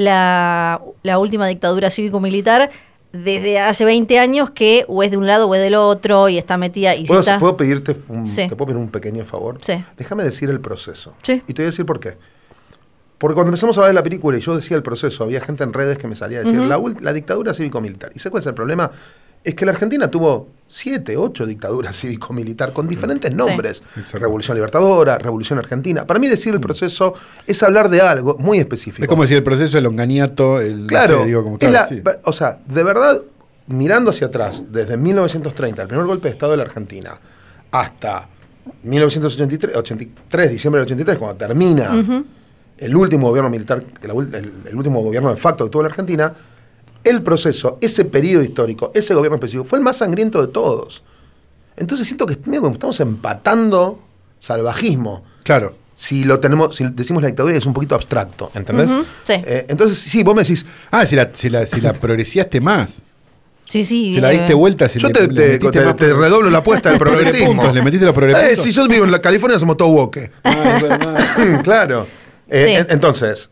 la, la última dictadura cívico-militar, desde hace veinte años que o es de un lado o es del otro y está metida y si ¿Puedo, está... ¿puedo pedirte un, Sí. ¿Te puedo pedir un pequeño favor? Sí. Déjame decir el proceso. Sí. Y te voy a decir por qué. Porque cuando empezamos a ver la película y yo decía el proceso, había gente en redes que me salía a decir Ujú. la, ul- la dictadura cívico-militar. ¿Y sé cuál es el problema? Es que la Argentina tuvo siete, ocho dictaduras cívico-militar con diferentes nombres. Exacto. Revolución Libertadora, Revolución Argentina. Para mí decir el proceso es hablar de algo muy específico. Es como decir el proceso, el longaniato, el... no Claro, sé, digo, como, es claro, la- sí. o sea, de verdad, mirando hacia atrás, desde mil novecientos treinta, el primer golpe de Estado de la Argentina, hasta mil novecientos ochenta y tres, ochenta y tres, diciembre del ochenta y tres, cuando termina Ujú. el último gobierno militar, la ul- el, el último gobierno de facto que tuvo la Argentina, el proceso, ese periodo histórico, ese gobierno específico, fue el más sangriento de todos. Entonces siento que medio como estamos empatando salvajismo. Claro. Si lo tenemos, si decimos la dictadura es un poquito abstracto, ¿entendés? Ujú, sí. Eh, entonces, sí, vos me decís, Ah, si la, si la, si la progresiaste más. Sí, sí. Si la eh, diste vuelta, si yo le, te, le te- metiste te- más te redoblo la apuesta del progresismo. puntos, le metiste los progresos. Eh, si yo vivo en la California, somos todo woke. Ah, es verdad. Claro. Eh, Sí. en- entonces,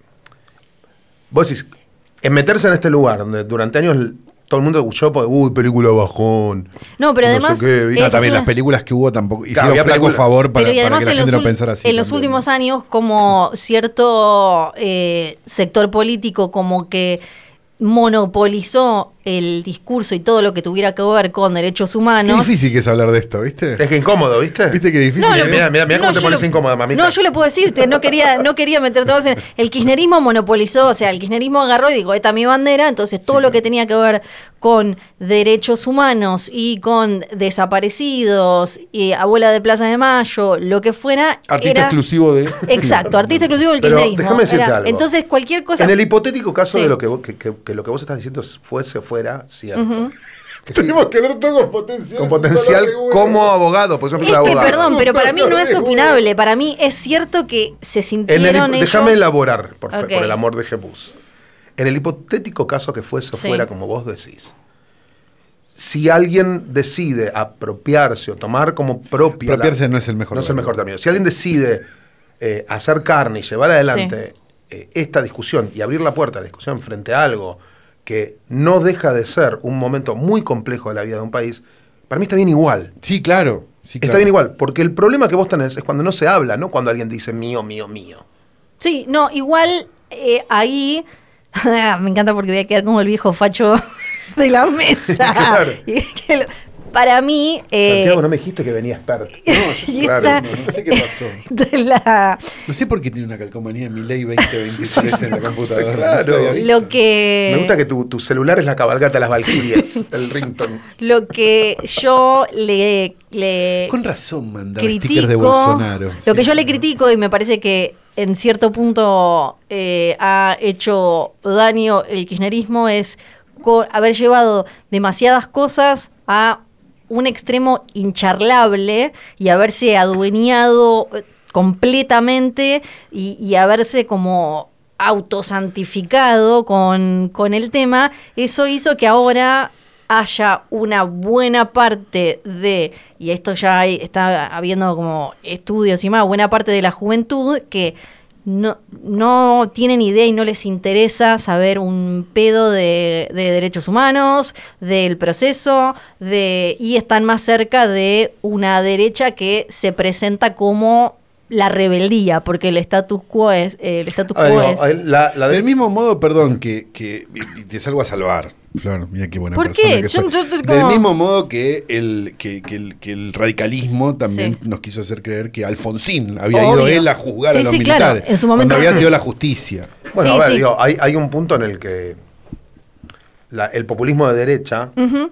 vos decís, en meterse en este lugar donde durante años l- todo el mundo escuchó porque, uy, película bajón. No, pero no sé además... qué, ¿viste? Ah, es también una- las películas que hubo tampoco hicieron había flaco películas- favor para, Pero y para además que la en gente los, lo ul- pensara así. en los también. últimos años como cierto eh, sector político como que monopolizó el discurso y todo lo que tuviera que ver con derechos Qué humanos. difícil que es hablar de esto, ¿viste? Es que incómodo, ¿viste? ¿Viste qué difícil? No, que lo- es? Mira, mira, mira cómo te yo pones lo- incómoda, mamita. No, yo le puedo decirte, no quería, no quería meter todos en. El kirchnerismo monopolizó, o sea, el kirchnerismo agarró y dijo, esta es mi bandera, entonces todo lo que tenía que ver con derechos humanos y con desaparecidos, y abuela de Plaza de Mayo, lo que fuera. Artista era- exclusivo de... Exacto, artista exclusivo del Pero kirchnerismo. déjame decirte Era- algo. Entonces, cualquier cosa. En el hipotético caso Sí. de lo que, vos- que, que- que lo que vos estás diciendo fuese fuera cierto. Ujú. Que sí, Tenemos que hablar todo con potencial. con es un potencial dolor de huevo. como abogado, pues una Es película de que, abogado. perdón, pero para mí no es Bueno. opinable. Para mí es cierto que se En sintieron el, hip- ellos... déjame elaborar, por, fe- Ok. por el amor de Jesús. En el hipotético caso que fuese Sí. fuera como vos decís, si alguien decide apropiarse o tomar como propia... Apropiarse no es el mejor No es el término. mejor término. Si alguien decide eh, hacer carne y llevar adelante eh, esta discusión y abrir la puerta a la discusión frente a algo que no deja de ser un momento muy complejo de la vida de un país, para mí está bien igual. Sí, claro. Sí, Está claro. bien igual, porque el problema que vos tenés es cuando no se habla, no cuando alguien dice mío, mío, mío. Sí, no, igual eh, ahí me encanta porque voy a quedar como el viejo facho de la mesa. Claro. Y que lo- Para mí, eh, Santiago, no me dijiste que venía experto. y claro, esta- No, no sé qué pasó. de la- No sé por qué tiene una calcomanía de mi ley veinte veintitrés en la computadora. Claro. No se la había visto. lo que Me gusta que tu, tu celular es la cabalgata de las Valquirias, el rington. lo que yo le, le Con razón mandaba critico, stickers de Bolsonaro. lo que Sí. yo le critico y me parece que en cierto punto eh, ha hecho daño el kirchnerismo es co- haber llevado demasiadas cosas a un extremo incharlable y haberse adueñado eh, completamente y, y haberse como autosantificado con, con el tema. Eso hizo que ahora haya una buena parte de, y esto ya hay- está habiendo como estudios y más, buena parte de la juventud que no, no tienen idea y no les interesa saber un pedo de, de derechos humanos, del proceso, de y están más cerca de una derecha que se presenta como la rebeldía, porque el status quo es... eh, el status A ver, quo no, es... a ver, la, la Del de, mismo modo, perdón, que, que y te salgo a salvar, Flor, mira qué buena ¿Por persona qué? que Yo- soy. yo estoy Del como- mismo modo que el, que, que el, que el radicalismo también Sí. nos quiso hacer creer que Alfonsín había Obvio. ido él a juzgar Sí, a los sí, claro, militares, en su momento- cuando había sido la justicia. bueno, Sí, a ver, sí. digo, hay, hay un punto en el que la- el populismo de derecha Ujú.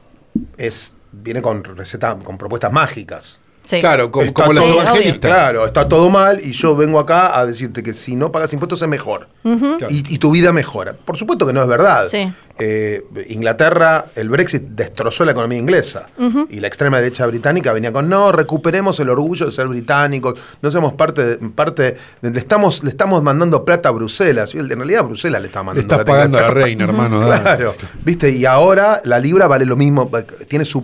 es viene con receta, con propuestas mágicas. Sí. Claro, como, Está como los todo- evangelistas. Claro, está todo mal y yo vengo acá a decirte que si no pagas impuestos es mejor. Ujú. Claro. Y, y tu vida mejora. Por supuesto que no es verdad. Sí. Eh, Inglaterra, el Brexit destrozó la economía inglesa. Y la extrema derecha británica venía con, no, recuperemos el orgullo de ser británicos, no somos parte de, parte de- le, estamos, le estamos mandando plata a Bruselas. Y en realidad Bruselas le está Le mandando estás plata pagando a la Inglaterra. reina, hermano. dale. Claro, viste, y ahora la libra vale lo mismo, tiene su...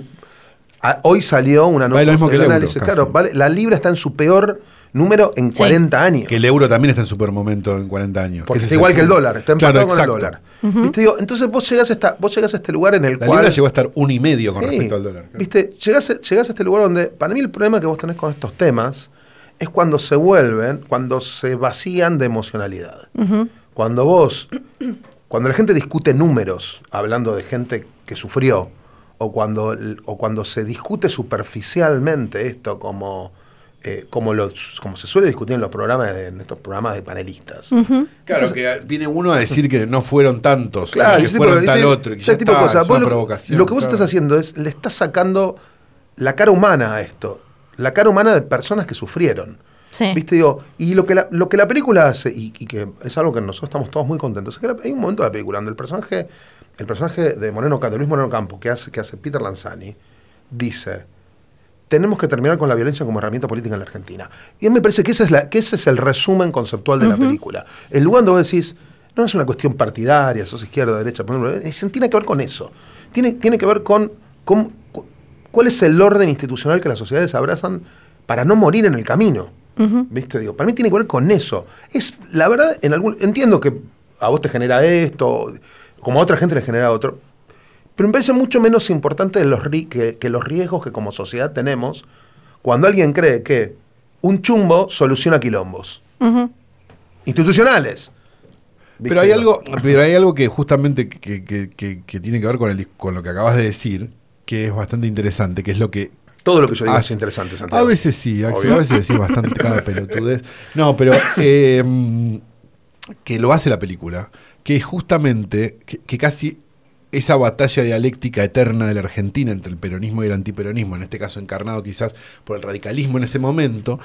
a- hoy salió una Vale lo mismo que el euro, análisis, casi. claro, vale, la libra está en su peor número en Sí. cuarenta años. Que el euro también está en super momento en cuarenta años. Porque Ese está es igual que el punto. dólar, está empatado Claro, con el exacto. dólar. ¿Viste? Digo, entonces vos llegás, a esta, vos llegás a este lugar en el La cual... libra llegó a estar un y medio con Sí, respecto al dólar. ¿Viste? Llegás, a- llegás a este lugar donde, para mí el problema que vos tenés con estos temas es cuando se vuelven, cuando se vacían de emocionalidad. Ujú. Cuando vos, cuando la gente discute números, hablando de gente que sufrió, o cuando, o cuando se discute superficialmente esto como, eh, como, los, como se suele discutir en los programas, de- en estos programas de panelistas. Ujú. Claro, que viene uno a decir que no fueron tantos, Claro, que ese fueron tipo, tal ese- otro, y que ese ya tipo de está, cosas. es Vos una lo, provocación. lo que vos claro. estás haciendo es, le estás sacando la cara humana a esto, la cara humana de personas que sufrieron. Sí. ¿Viste? Digo, y lo que, la, lo que la película hace, y, y que es algo que nosotros estamos todos muy contentos, es que la- hay un momento de la película donde el personaje, el personaje de Moreno de Luis Moreno Campo, que hace, que hace Peter Lanzani, dice, tenemos que terminar con la violencia como herramienta política en la Argentina. Y a mí me parece que, esa es la, que ese es el resumen conceptual de la película. El lugar donde vos decís, no es una cuestión partidaria, sos izquierda, derecha, por ejemplo, es- tiene que ver con eso. Tiene, tiene que ver con, con cu- cuál es el orden institucional que las sociedades abrazan para no morir en el camino. Ujú. ¿Viste? Digo, para mí tiene que ver con eso. Es, la verdad, en algún, entiendo que a vos te genera esto, como a otra gente le genera otro, pero me parece mucho menos importante de los, ri- que, que los riesgos que como sociedad tenemos cuando alguien cree que un chumbo soluciona quilombos Ujú. institucionales. ¿Viste? Pero hay algo, pero hay algo que justamente que, que- que- que tiene que ver con, el, dis- con lo que acabas de decir, que es bastante interesante, que es lo que Todo lo que yo digo Ah, es interesante, Santiago. a veces sí, Axel, Obvio. a veces decís bastante cada pelotudez. No, pero eh, que lo hace la película, que es justamente que, que casi esa batalla dialéctica eterna de la Argentina entre el peronismo y el antiperonismo, en este caso encarnado quizás por el radicalismo en ese momento,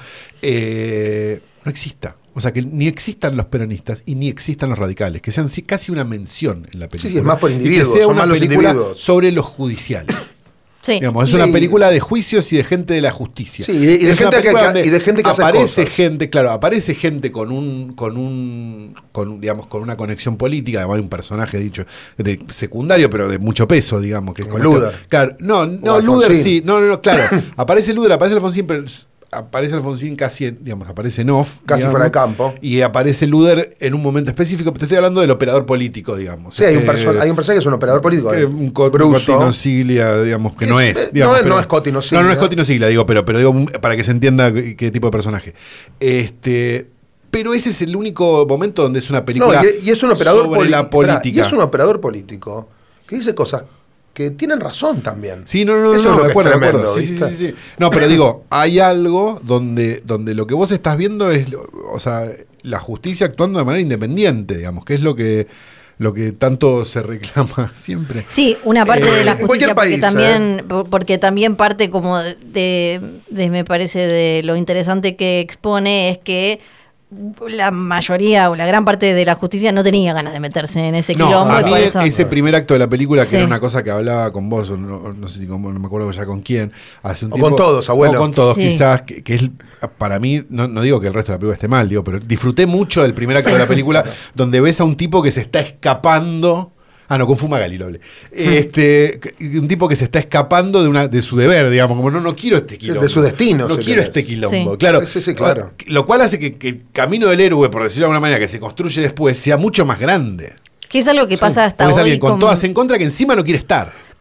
eh, no exista. O sea, que ni existan los peronistas y ni existan los radicales, que sean sí, casi una mención en la película. sí, es más por Y que individuos, sea son una más los película individuos. sobre los judiciales. Sí. Digamos, es Y una de- película de juicios y de gente de la justicia. Sí, y de- y de Es una gente que- película que- donde y de gente que hace aparece cosas. gente, claro, aparece gente con un, con un, con digamos, con una conexión política. Además hay un personaje dicho de secundario, pero de mucho peso, digamos, que es Como como Luder. este- Claro, no, no, O Luder Alfonsín. sí, no, no, no, claro, aparece Luder, aparece Alfonsín, pero aparece Alfonsín casi, en- digamos, aparece en off, Casi digamos, fuera de campo. y aparece Luder en un momento específico. Pero te estoy hablando del operador político, digamos. Sí, hay un, Eh, perso- hay un personaje que es un operador político. que eh, un co- Bruso. Cotino Siglia, digamos, que no Es- es. eh, digamos, no es- pero- no es Cotino Siglia. No, no es Cotino Siglia, digo, pero, pero digo, para que se entienda qué, qué tipo de personaje. Este, pero ese es el único momento donde es una No, película y, y es un operador sobre poli- la esperá, política. y es un operador político que dice cosas que tienen razón también. Sí, no, no, no, Eso no, es lo de que acuerdo, es de acuerdo. tremendo, Sí, sí, ¿viste? sí, sí. No, pero digo, hay algo donde, donde lo que vos estás viendo es, lo- o sea, la justicia actuando de manera independiente, digamos, que es lo que, lo que tanto se reclama siempre. Sí, una parte Eh, de la en justicia cualquier porque país, también por- porque también parte como de, de- de- me parece de lo interesante que expone es que la mayoría o la gran parte de la justicia no tenía ganas de meterse en ese No, quilombo a y mí por eso- ese primer acto de la película, que Sí. era una cosa que hablaba con vos, o no, no sé si con vos, no me acuerdo ya con quién, hace un O tiempo. con todos, abuelo. O con todos, Sí. quizás, que, que es para mí, no, no digo que el resto de la película esté mal, digo, pero disfruté mucho del primer acto Sí. de la película, donde ves a un tipo que se está escapando. Ah, no, con Fumagalli lo hablé. Este, que- un tipo que se está escapando de una de su deber, digamos, como no, no quiero este quilombo. de su destino, No si quiero querés. este quilombo. Sí. Claro. Sí, sí, sí, claro. Lo cual hace que, que el camino del héroe, por decirlo de alguna manera, que se construye después, sea mucho más grande. que es algo que pasa hasta Porque es hoy alguien con con- todas en contra que encima no quiere estar.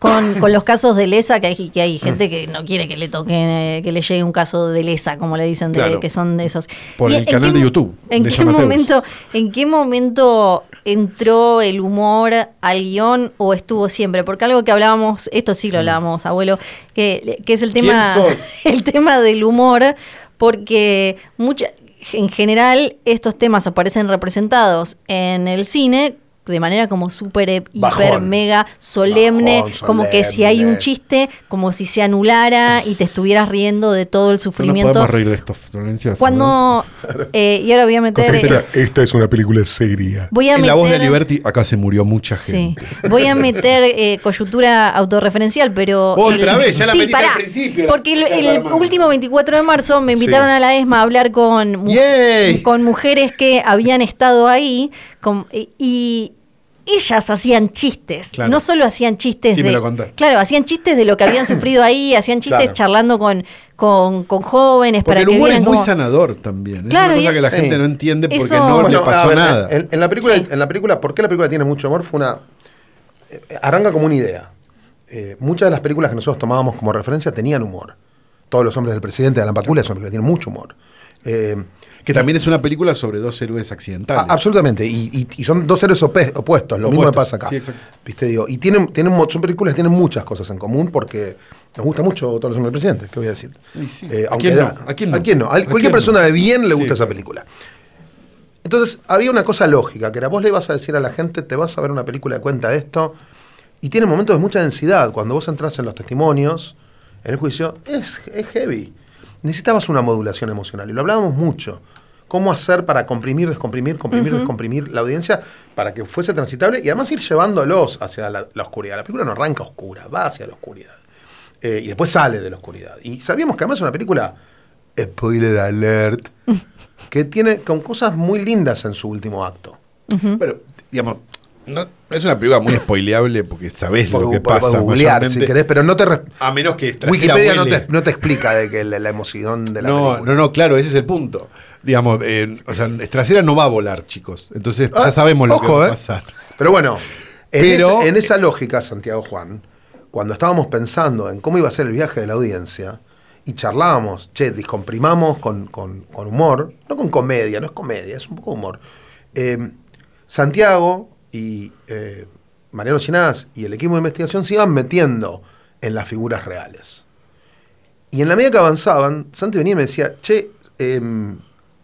con, con los casos de lesa, que hay, que hay gente que no quiere que le toquen, eh, que le llegue un caso de lesa, como le dicen, de, Claro. que son de esos. Por ¿Y el en canal qué- de YouTube, ¿En Les qué Amateus. momento, en qué momento entró el humor al guión o estuvo siempre? Porque algo que hablábamos, esto sí lo hablábamos, abuelo, que, que es el tema, ¿Quién sos? el tema del humor, porque mucha, en general estos temas aparecen representados en el cine de manera como súper, hiper, Bajón. mega, solemne, Bajón, como que si hay un solemne. chiste, como si se anulara y te estuvieras riendo de todo el No nos sufrimiento. podemos reír de esto, Florencia. Cuando, eh, y ahora voy a meter... Cosa seria. Esta es una película seria. Voy a En meter, la voz de Liberty acá se murió mucha Sí, gente. voy a meter eh, coyuntura autorreferencial, pero... Otra vez, ya la sí, metiste al pará, principio, la porque el, puta el madre. último veinticuatro de marzo me invitaron Sí. a la ESMA a hablar con, mu- ¡Yay! con mujeres que habían estado ahí con- y... Ellas hacían chistes, Claro. no solo hacían chistes Sí, de... me lo contaste. Claro, hacían chistes de lo que habían sufrido ahí, hacían chistes Claro. charlando con, con, con jóvenes Porque para el que humor es vieran muy como- sanador también. Claro, es una cosa y- que la Sí. gente no entiende porque Eso- no Bueno, le pasó a ver, nada. En, en la película, Sí. en la película, ¿por qué la película tiene mucho humor? Fue una. eh, arranca como una idea. Eh, muchas de las películas que nosotros tomábamos como referencia tenían humor. Todos los hombres del presidente de Alan Pakula es una película que tiene mucho humor. Eh, Que también es una película sobre dos héroes accidentales. a- absolutamente. Y, y- y son dos seres ope- opuestos. Lo mismo que Opuestos, pasa acá. sí, exacto. ¿Viste? Digo, y tienen, tienen, mo- son películas que tienen muchas cosas en común porque nos gusta mucho todos los hombres del presidente. ¿Qué voy a decir? Y sí. Eh, ¿A aunque quién da- no? ¿A quién no? ¿A quién no? A ¿A cualquier quién persona no? de bien le Sí. gusta esa película. Entonces, había una cosa lógica, que era vos le ibas a decir a la gente, te vas a ver una película que cuenta esto, y tiene momentos de mucha densidad. Cuando vos entras en los testimonios, en el juicio, es, es heavy. Necesitabas una modulación emocional, y lo hablábamos mucho. Cómo hacer para comprimir, descomprimir, comprimir, descomprimir la audiencia para que fuese transitable y además ir llevándolos hacia la, la oscuridad. La película no arranca oscura, va hacia la oscuridad. Eh, y después sale de la oscuridad. Y sabíamos que además es una película, spoiler alert, que tiene con cosas muy lindas en su último acto. Pero, digamos, no, no es una película muy spoileable porque sabés lo que Podés pasa. googlear si mayormente. querés, pero no te... re- A menos que Trasera Wikipedia no huele. te, no te explica de que la, la emoción de la No, película. no, no, claro, ese es el punto. Digamos, eh, o sea, Trasera no va a volar, chicos. Entonces Ah, ya sabemos lo ojo, que va a eh. pasar. Pero bueno, en, Pero- ese- en esa lógica, Santiago Juan, cuando estábamos pensando en cómo iba a ser el viaje de la audiencia, y charlábamos, che, descomprimamos con, con- con humor, no con comedia, no es comedia, es un poco humor. Eh, Santiago y eh, Mariano Ginás y el equipo de investigación se iban metiendo en las figuras reales. Y en la medida que avanzaban, Santi venía y me decía, che, eh,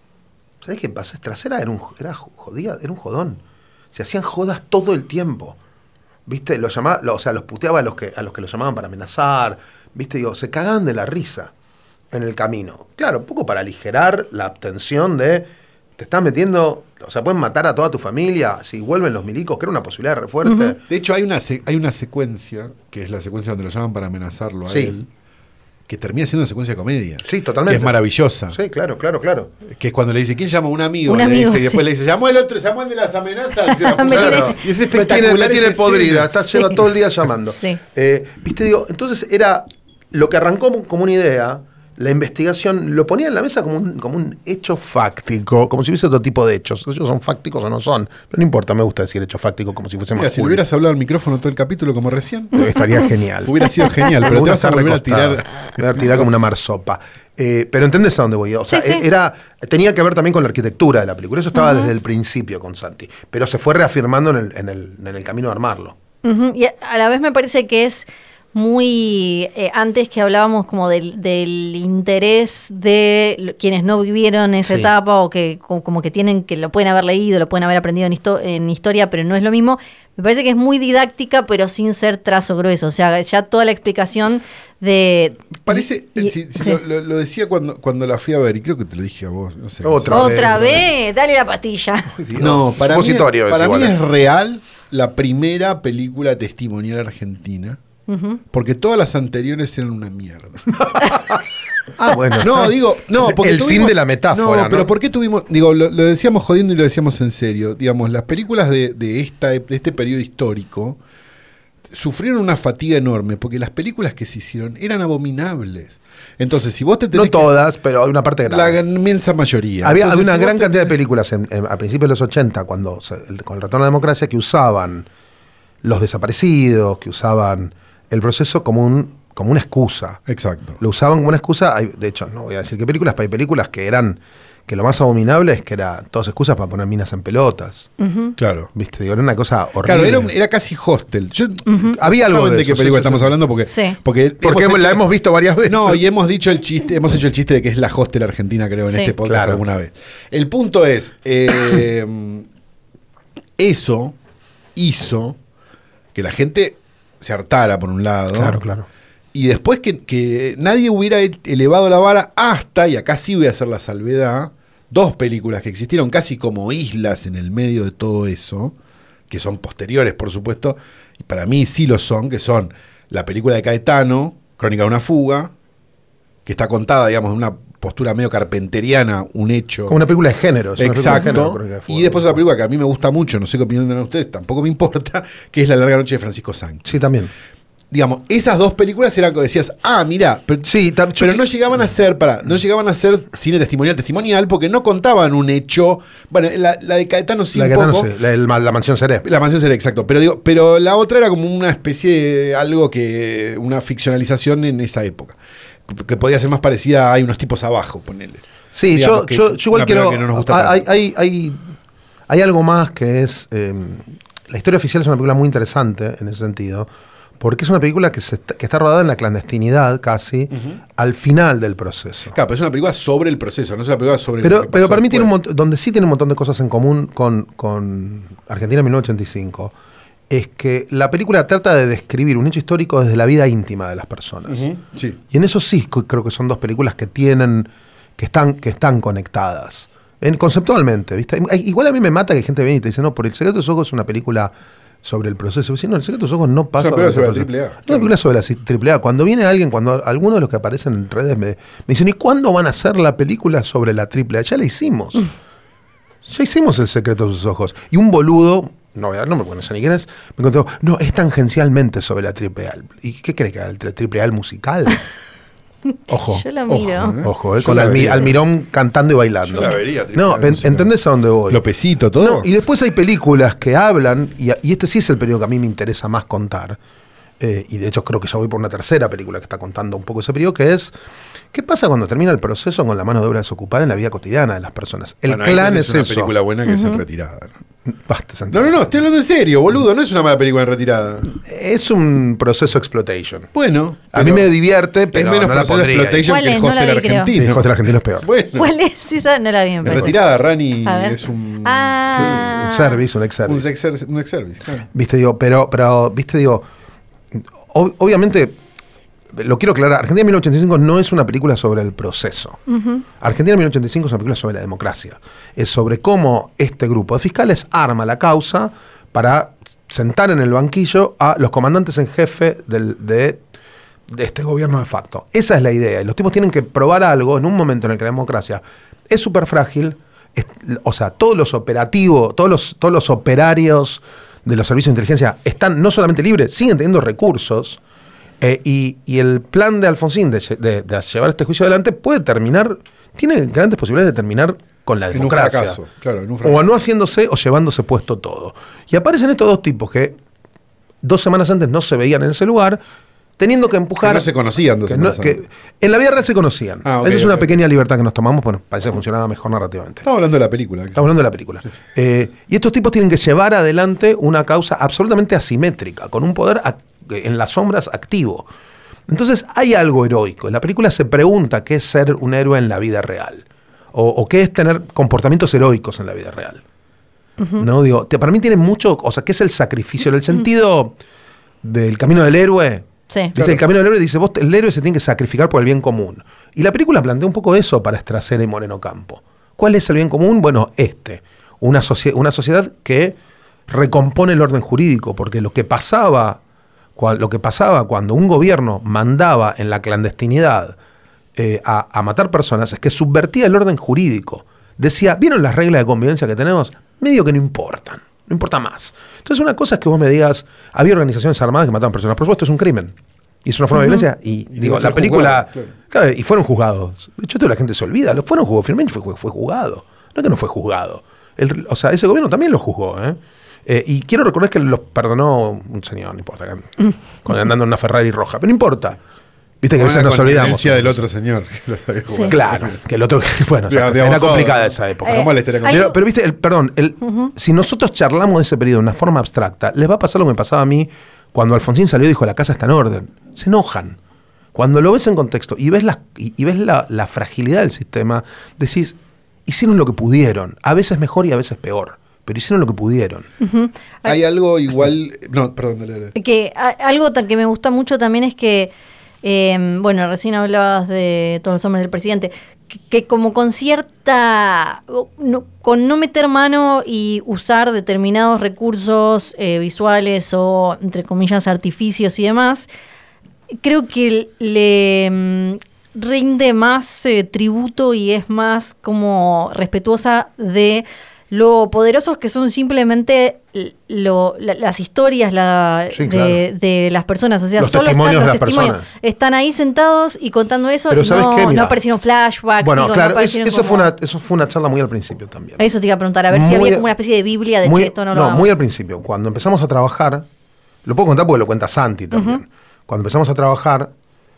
¿sabés qué pasa? Trasera era un, era jodida, era un jodón. Se hacían jodas todo el tiempo. ¿Viste? Los llamaba, lo- o sea, los puteaba a los que a los que los llamaban para amenazar. ¿Viste? Digo, se cagaban de la risa en el camino. Claro, un poco para aligerar la tensión de te estás metiendo, o sea, pueden matar a toda tu familia si vuelven los milicos, que era una posibilidad re fuerte. De hecho, hay una, se- hay una secuencia, que es la secuencia donde lo llaman para amenazarlo a Sí. él, que termina siendo una secuencia de comedia. Sí, totalmente. Que es maravillosa. Sí, claro, claro, claro. Que es cuando le dice, ¿quién llama a un amigo? Un Le amigo, dice, y después sí. le dice, llamó el otro, llamó el de las amenazas. Y, se la puso- Me tiene- Claro. y es Me tiene, espectacular. me tiene esa podrida, escena. está, Sí. lleva todo el día llamando. Sí. Eh, Viste, digo, entonces era lo que arrancó como una idea, la investigación lo ponía en la mesa como un, como un hecho fáctico, como si hubiese otro tipo de hechos. Ellos son fácticos o no son, pero no importa, me gusta decir hecho fáctico como si fuese Mira, más si le cool. hubieras hablado al micrófono todo el capítulo como recién, Estaría genial. hubiera sido genial, pero Me te gusta vas a estar volver a recostado. tirar. Me voy a tirar como una marsopa. Eh, pero entendés a dónde voy yo. O sea, Sí, sí. era, tenía que ver también con la arquitectura de la película. Eso estaba desde el principio con Santi. Pero se fue reafirmando en el, en el, en el camino de armarlo. Ujú, y a, a la vez me parece que es muy, eh, antes que hablábamos como del, del interés de lo- quienes no vivieron esa Sí. etapa o que co- como que tienen, que lo pueden haber leído, lo pueden haber aprendido en, histo- en historia, pero no es lo mismo. Me parece que es muy didáctica, pero sin ser trazo grueso. O sea, ya toda la explicación de... Parece, y- y- si- si sí. lo, lo- lo decía cuando, cuando la fui a ver, y creo que te lo dije a vos. No sé, Otra no sé. Otra vez. vez, dale la pastilla. No, para mí, es, Supositorio es para mí igual, es eh. real la primera película testimonial argentina, Ujú. porque todas las anteriores eran una mierda. Ah, bueno. No, digo, no, porque El fin tuvimos- de la metáfora, ¿no? pero ¿por qué tuvimos, digo, lo, lo decíamos jodiendo y lo decíamos en serio, digamos, las películas de, de, esta, de este periodo histórico sufrieron una fatiga enorme, porque las películas que se hicieron eran abominables. Entonces, si vos te No tenés que- todas, pero hay una parte grande. la inmensa mayoría. Había, Entonces, había una si vos gran te cantidad de tenés- películas en- en- a principios de los ochenta, cuando se- el- con el retorno a la democracia, que usaban los desaparecidos, que usaban el proceso como un como una excusa. Exacto. Lo usaban como una excusa. Hay, de hecho, no voy a decir qué películas, pero hay películas que eran, que lo más abominable es que eran todas excusas para poner minas en pelotas. Ujú. Claro. ¿Viste? Digo, era una cosa horrible. Claro, era, un- era casi Hostel. Yo, Había algo ¿saben de de eso, qué película sí, sí, estamos sí. hablando? Porque, Sí. porque, Porque hemos la hecho- hemos visto varias veces. No, y hemos dicho el chiste, hemos hecho el chiste de que es la Hostel argentina, creo, en Sí. este podcast Claro. alguna vez. El punto es, eh, eso hizo que la gente se hartara por un lado. Claro, claro. Y después que, que nadie hubiera e- elevado la vara hasta, y acá sí voy a hacer la salvedad, dos películas que existieron casi como islas en el medio de todo eso, que son posteriores, por supuesto, y para mí sí lo son, que son la película de Caetano, Crónica de una fuga, que está contada, digamos, de una postura medio carpenteriana, un hecho. Como una película de género. es una película de género, Exacto. creo que fue. Y después otra película que a mí me gusta mucho, no sé qué opinión tienen ustedes, tampoco me importa, que es La larga noche de Francisco Sánchez. Sí, también. Digamos, esas dos películas eran como decías, ah, mirá, pero, Sí, tam- pero no llegaban a ser, para, no llegaban a ser cine testimonial, testimonial, porque no contaban un hecho. Bueno, la, la de Caetano sí la, un que no poco. sé, la, el- la mansión Seré. La mansión será exacto, pero digo, pero la otra era como una especie de algo que, una ficcionalización en esa época, que podía ser más parecida a Hay unos tipos abajo, ponele. Sí, Digamos yo, que yo, yo igual una película quiero. que no nos gusta hay, tanto. hay, hay, hay algo más que es. eh, la historia oficial es una película muy interesante en ese sentido, porque es una película que, se está, que está rodada en la clandestinidad casi, al final del proceso. Claro, pero es una película sobre el proceso, no es una película sobre lo Pero, que pero pasó para mí tiene un después. montón, donde sí tiene un montón de cosas en común con, con Argentina mil novecientos ochenta y cinco, es que la película trata de describir un hecho histórico desde la vida íntima de las personas. Ujú, sí. Y en eso sí co- creo que son dos películas que tienen, que están, que están conectadas. En, conceptualmente, ¿viste? Hay- Igual a mí me mata que gente viene y te dice, no, por El secreto de sus ojos es una película sobre el proceso. Si no, El secreto de sus ojos no pasa. Es una película por el sobre la proceso. triple A, Es una claro. película sobre la ci- triple A. Cuando viene alguien, cuando alguno de los que aparecen en redes me, me dicen, ¿y cuándo van a hacer la película sobre la triple A? Ya la hicimos. Ya hicimos El secreto de sus ojos. Y un boludo, no, no me acuerdo ni quién es, me contó, no, es tangencialmente sobre la triple A. ¿Y qué crees que era el tri- triple A el musical? Ojo. Yo la Ojo, miro. ¿eh? Ojo, eh, Yo con la Almi- vería. Almirón cantando y bailando. Yo la vería, triple No, A pen- musical. ¿entendés a dónde voy? Lopecito, todo. No, y después hay películas que hablan, y, y este sí es el periodo que a mí me interesa más contar, eh, y de hecho creo que ya voy por una tercera película que está contando un poco ese periodo, que es, ¿qué pasa cuando termina el proceso con la mano de obra desocupada en la vida cotidiana de las personas? El Bueno, ahí clan tenés es una eso. película buena que es En retirada. ¿no? Basta, Santiago. No, no, no, estoy hablando en serio, boludo, no es una mala película En retirada. Es un proceso exploitation. Bueno, A mí pero me divierte, pero es menos no la proceso pondría ahí. exploitation ¿Cuál que el es? No la hostel vi, creo. argentino. Sí, el hostel argentino es peor. Bueno, ¿Cuál es esa? No la vi, me En parece. retirada, Rani A ver. es un, Ah. Un service, un ex un service. ex un ex service. Claro. Viste, digo, pero, pero, viste, digo, ob- obviamente, lo quiero aclarar, Argentina mil novecientos ochenta y cinco no es una película sobre el proceso. Argentina mil novecientos ochenta y cinco es una película sobre la democracia. Es sobre cómo este grupo de fiscales arma la causa para sentar en el banquillo a los comandantes en jefe del, de, de este gobierno de facto. Esa es la idea. Y los tipos tienen que probar algo en un momento en el que la democracia es súper frágil. Es- o sea, todos los operativos, todos los, todos los operarios de los servicios de inteligencia están no solamente libres, siguen teniendo recursos. Eh, y, y el plan de Alfonsín de, lle- de- de llevar este juicio adelante puede terminar, tiene grandes posibilidades de terminar con la En un democracia. fracaso, claro, en un O fracaso. no haciéndose o llevándose puesto todo. Y aparecen estos dos tipos que dos semanas antes no se veían en ese lugar, teniendo que empujar. Que no se conocían dos que no- semanas antes. que en la vida real se conocían. Ah, ok, Esa es una ok. pequeña libertad que nos tomamos, bueno, parece que funcionaba mejor narrativamente. Estamos hablando de la película. Estamos hablando de la película. Eh, y estos tipos tienen que llevar adelante una causa absolutamente asimétrica, con un poder ac- en las sombras activo. Entonces hay algo heroico. En la película se pregunta qué es ser un héroe en la vida real. O, o qué es tener comportamientos heroicos en la vida real. ¿No? Digo, te- para mí tiene mucho, o sea, ¿qué es el sacrificio? En el sentido del camino del héroe. Sí. ¿Viste? Claro. El camino del héroe dice, vos, el héroe se tiene que sacrificar por el bien común. Y la película plantea un poco eso para Estracera y Moreno Campo. ¿Cuál es el bien común? Bueno, este. Una, socie- una sociedad que recompone el orden jurídico, porque lo que pasaba, cua- lo que pasaba cuando un gobierno mandaba en la clandestinidad eh, a, a matar personas es que subvertía el orden jurídico. Decía, ¿vieron las reglas de convivencia que tenemos? Medio que no importan, no importa más. Entonces una cosa es que vos me digas, había organizaciones armadas que mataban personas. Por supuesto, es un crimen. Y es una forma de violencia. Y, Y digo, debe la ser película... juzgado, claro. ¿sabe? Y fueron juzgados. De hecho, esto la gente se olvida. Lo fueron juzgados. Finalmente fue, fue juzgado. No es que no fue juzgado. El- o sea, ese gobierno también lo juzgó. ¿eh? Eh, y quiero recordar que los perdonó un señor, no importa, cuando andando en una Ferrari roja, pero no importa. Viste que a veces nos olvidamos. Del otro señor. Que lo sabía jugar. Sí. Claro, que el otro, bueno, Digamos, era digamos, complicada todo. esa época. Eh, ¿Cómo la historia con- algo- Pero, pero viste, el, perdón, el, uh-huh. si nosotros charlamos de ese periodo de una forma abstracta, les va a pasar lo que me pasaba a mí cuando Alfonsín salió y dijo la casa está en orden. Se enojan. Cuando lo ves en contexto y ves la, y, y ves la, la fragilidad del sistema, decís, hicieron lo que pudieron. A veces mejor y a veces peor. Pero hicieron lo que pudieron. Ujú. Hay algo igual. No, perdón, dale, dale. Que a- algo ta- que me gusta mucho también es que, eh, bueno, recién hablabas de Todos los hombres del presidente, que, que como con cierta, no, con no meter mano y usar determinados recursos eh, visuales o, entre comillas, artificios y demás, creo que le mm, rinde más eh, tributo y es más como respetuosa de lo poderosos que son simplemente lo, la- las historias la, Sí, de, claro. de las personas. O sea, Los solo testimonios están de los las testimonios. personas. Están ahí sentados y contando eso. Pero y ¿sabes no, qué? Mirá. no aparecieron flashbacks. Bueno, digo, no claro, es- aparecieron eso, como- fue una, eso fue una charla muy al principio también. Eso te iba a preguntar, a ver si Muy- había como una especie de Biblia de muy, che, esto no lo no, hagamos. muy al principio. Cuando empezamos a trabajar, lo puedo contar porque lo cuenta Santi también. Uh-huh. Cuando empezamos a trabajar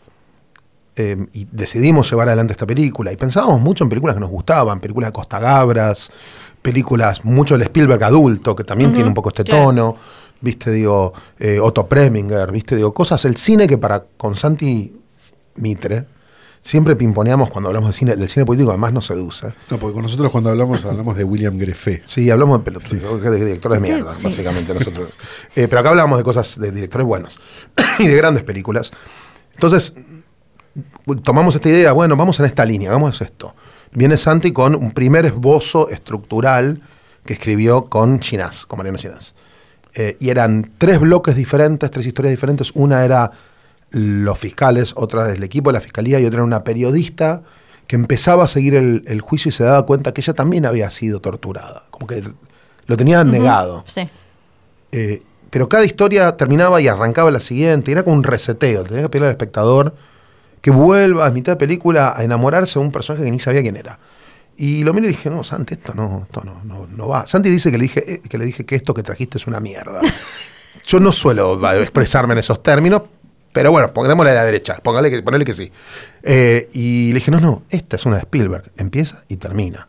eh, y decidimos llevar adelante esta película, y pensábamos mucho en películas que nos gustaban, películas de Costa Gabras, películas, mucho del Spielberg adulto, que también uh-huh. tiene un poco este Claro. tono, viste, digo, eh, Otto Preminger, viste, digo, cosas, el cine que para con Santi Mitre siempre pimponeamos cuando hablamos de cine, del cine político, además nos seduce. No, porque con nosotros cuando hablamos, hablamos de William Greffé. Sí, hablamos de pelotas, sí. de directores de mierda, Sí. básicamente nosotros. Eh, pero acá hablábamos de cosas, de directores buenos y de grandes películas. Entonces, tomamos esta idea, bueno, vamos en esta línea, hagamos esto. Viene Santi con un primer esbozo estructural que escribió con Ginás, con Mariano Ginás. Eh, y eran tres bloques diferentes, tres historias diferentes. Una era los fiscales, otra es el equipo de la fiscalía y otra era una periodista que empezaba a seguir el, el juicio y se daba cuenta que ella también había sido torturada. Como que lo tenía uh-huh. negado. Sí. Eh, pero cada historia terminaba y arrancaba la siguiente. Era como un reseteo. Tenía que pedirle al espectador que vuelva a mitad de película a enamorarse de un personaje que ni sabía quién era. Y lo miré y dije, no, Santi, esto no, esto no, no, no va. Santi dice que le dije, eh, que le dije que esto que trajiste es una mierda. Yo no suelo expresarme en esos términos, pero bueno, pongámosle a la derecha, póngale que, ponele que sí. Eh, y le dije, no, no, esta es una de Spielberg, empieza y termina.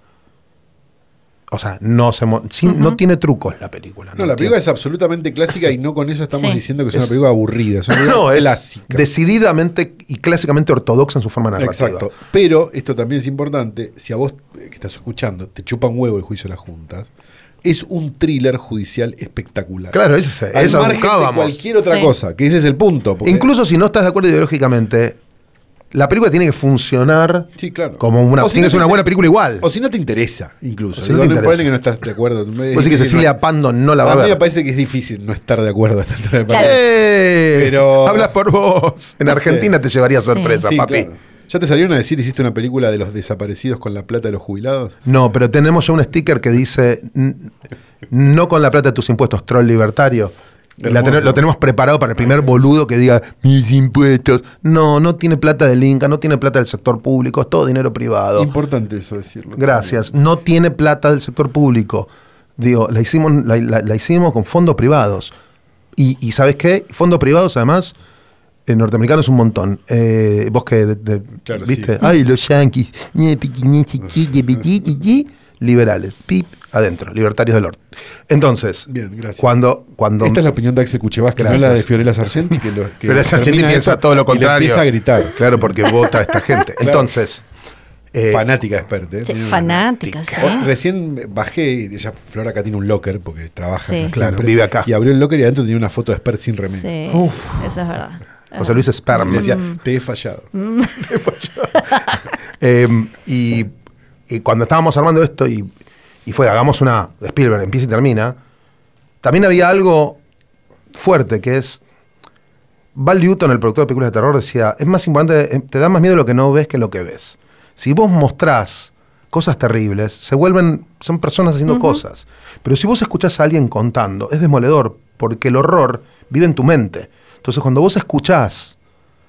O sea, no se mo- sin, uh-huh. no tiene trucos la película. No, no la película tiene. es absolutamente clásica y no con eso estamos Sí. diciendo que es, Es- una película aburrida, es una película No, es clásica. decididamente y clásicamente ortodoxa en su forma narrativa. Exacto. Pero esto también es importante, si a vos eh, que estás escuchando te chupa un huevo el juicio de las juntas, es un thriller judicial espectacular. Claro, ese es Al eso margen de buscábamos. cualquier otra Sí. cosa, que ese es el punto. porque- Incluso si no estás de acuerdo ideológicamente, la película tiene que funcionar Sí, claro. como una, O si tiene no que ser te una buena inter- película igual. O si no te interesa, incluso. O si no Digo, te no interesa. ponele que no estás de acuerdo. Vos decís que Cecilia Pando no la va a a mí ver. me parece que es difícil no estar de acuerdo a esta altura de Claro. partido. ¡Eh! Pero- Hablas por vos. En No Argentina sé. te llevaría sorpresa, Sí, papi. claro. ¿Ya te salieron a decir hiciste una película de los desaparecidos con la plata de los jubilados? No, pero tenemos ya un sticker que dice "N- no con la plata de tus impuestos, troll libertario. Y la Hermoso. ten- lo tenemos preparado para el primer boludo que diga mis impuestos. No, no tiene plata del Inca, no tiene plata del sector público, es todo dinero privado. Importante eso decirlo. Gracias. No tiene plata del sector público. Digo, la hicimos, la, la- la hicimos con fondos privados. Y, y ¿sabes qué? Fondos privados, además, en norteamericanos un montón. Eh, vos que, de- de- Claro, ¿viste? sí. Ay, los yanquis. ñe, piqui, ñe, chiqui, ye, piqui, chiqui, liberales. Pip, adentro. Libertarios del norte. Entonces, Bien, gracias. cuando... cuando Esta es la opinión de Axel Kuchevaski, no Gracias. la de Fiorella Sargenti. Que lo, que Fiorella Sargenti termina piensa eso todo lo y le contrario. empieza a gritar. Claro, porque vota a esta gente. Claro. Entonces... eh, Fanática experta. ¿eh? Sí, Tiene una- fanática, sí. Oh, recién bajé y ella, Flora acá tiene un locker porque trabaja Sí. acá Claro, siempre, vive acá. Y abrió el locker y adentro tenía una foto de Spert sin remera. Sí, Uf. eso es verdad. José Luis Y Sperm. le decía, te he fallado. Eh, y, y cuando estábamos armando esto y, y fue, hagamos una de Spielberg, empieza y termina, también había algo fuerte que es, Val Newton, el productor de películas de terror, decía, es más importante, eh, te da más miedo lo que no ves que lo que ves. Si vos mostrás cosas terribles, se vuelven, son personas haciendo Ujú. cosas. Pero si vos escuchás a alguien contando, es demoledor, porque el horror vive en tu mente. Entonces cuando vos escuchás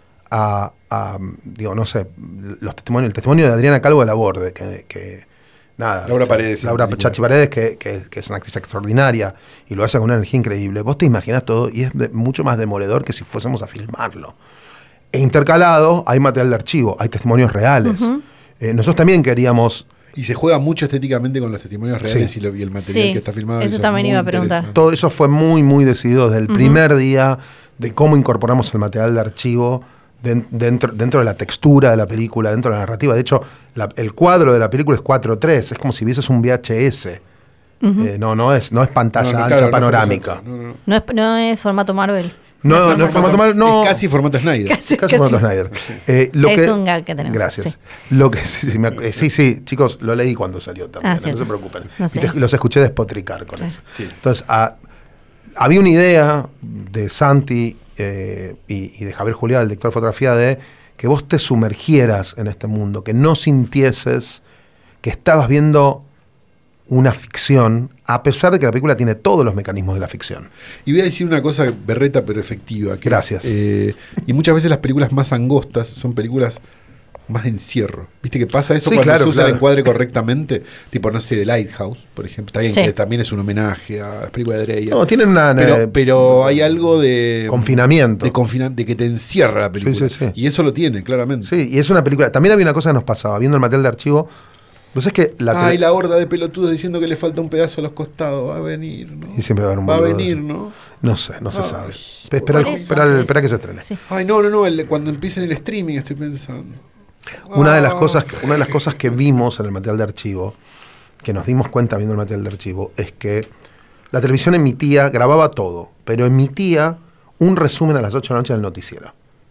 a, a, digo, no sé, los testimonios, el testimonio de Adriana Calvo de la Borde, que, que nada. Laura Paredes. Laura Chachi Paredes, que, que, que es una actriz extraordinaria y lo hace con una energía increíble. Vos te imaginás todo y es de, mucho más demoledor que si fuésemos a filmarlo. E intercalado hay material de archivo, hay testimonios reales. Uh-huh. eh, nosotros también queríamos... Y se juega mucho estéticamente con los testimonios reales Sí. y, lo, y el material Sí, que está filmado. eso también iba a preguntar. Todo eso fue muy, muy decidido desde el Ujú. primer día de cómo incorporamos el material de archivo den- dentro, dentro de la textura de la película, dentro de la narrativa. De hecho, la- el cuadro de la película es cuatro tres, es como si vieses un V H S. Ujú. Eh, no, no es, no es pantalla No, no, ancha claro, no, panorámica. no, no, no. No es, no es formato Marvel. No, no, es no es formato mal, no. Es casi formato Snyder. Casi, Es casi casi. formato Snyder. Eh, lo Es que, un gag que tenemos, Gracias. sí. Lo que, sí, sí, me ac- eh, sí, sí, chicos, lo leí cuando salió también, Ah, no cierto. se preocupen. No Y sé. te- los escuché despotricar con Sí. eso. Sí. Entonces, ah, había una idea de Santi eh, y, y de Javier Juliá, el director de fotografía, de que vos te sumergieras en este mundo, que no sintieses que estabas viendo una ficción, a pesar de que la película tiene todos los mecanismos de la ficción. Y voy a decir una cosa berreta pero efectiva. Que Gracias. es, eh, y muchas veces las películas más angostas son películas más de encierro. ¿Viste que pasa eso Sí, cuando claro, se usa claro. el encuadre correctamente? Tipo, no sé, The Lighthouse, por ejemplo. Está bien Sí. que también es un homenaje a las películas de Dreyer. No, tienen una... pero, eh, pero hay algo de... confinamiento. De, confina- de que te encierra la película. Sí, sí, sí. Y eso lo tiene, claramente. Sí, y es una película... También había una cosa que nos pasaba, viendo el material de archivo. Pues es que la... Ay, tele- la horda de pelotudos diciendo que le falta un pedazo a los costados. Va a venir, ¿no? Y siempre va a haber un Va a boludo. venir, ¿no? No sé, no se Ay, sabe. por Espera, el- eso, espera, el- pues. espera que se estrene. Sí. Ay, no, no, no. el- cuando empiece en el streaming estoy pensando. Una de las Ah. cosas que, una de las cosas que vimos en el material de archivo, que nos dimos cuenta viendo el material de archivo, es que la televisión emitía, grababa todo, pero emitía un resumen a las ocho de la noche del noticiero.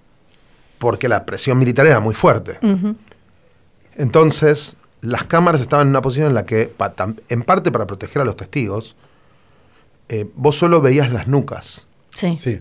Porque la presión militar era muy fuerte. Ujú. Entonces, las cámaras estaban en una posición en la que, pa- tam- en parte para proteger a los testigos, eh, vos solo veías las nucas. Sí. Sí.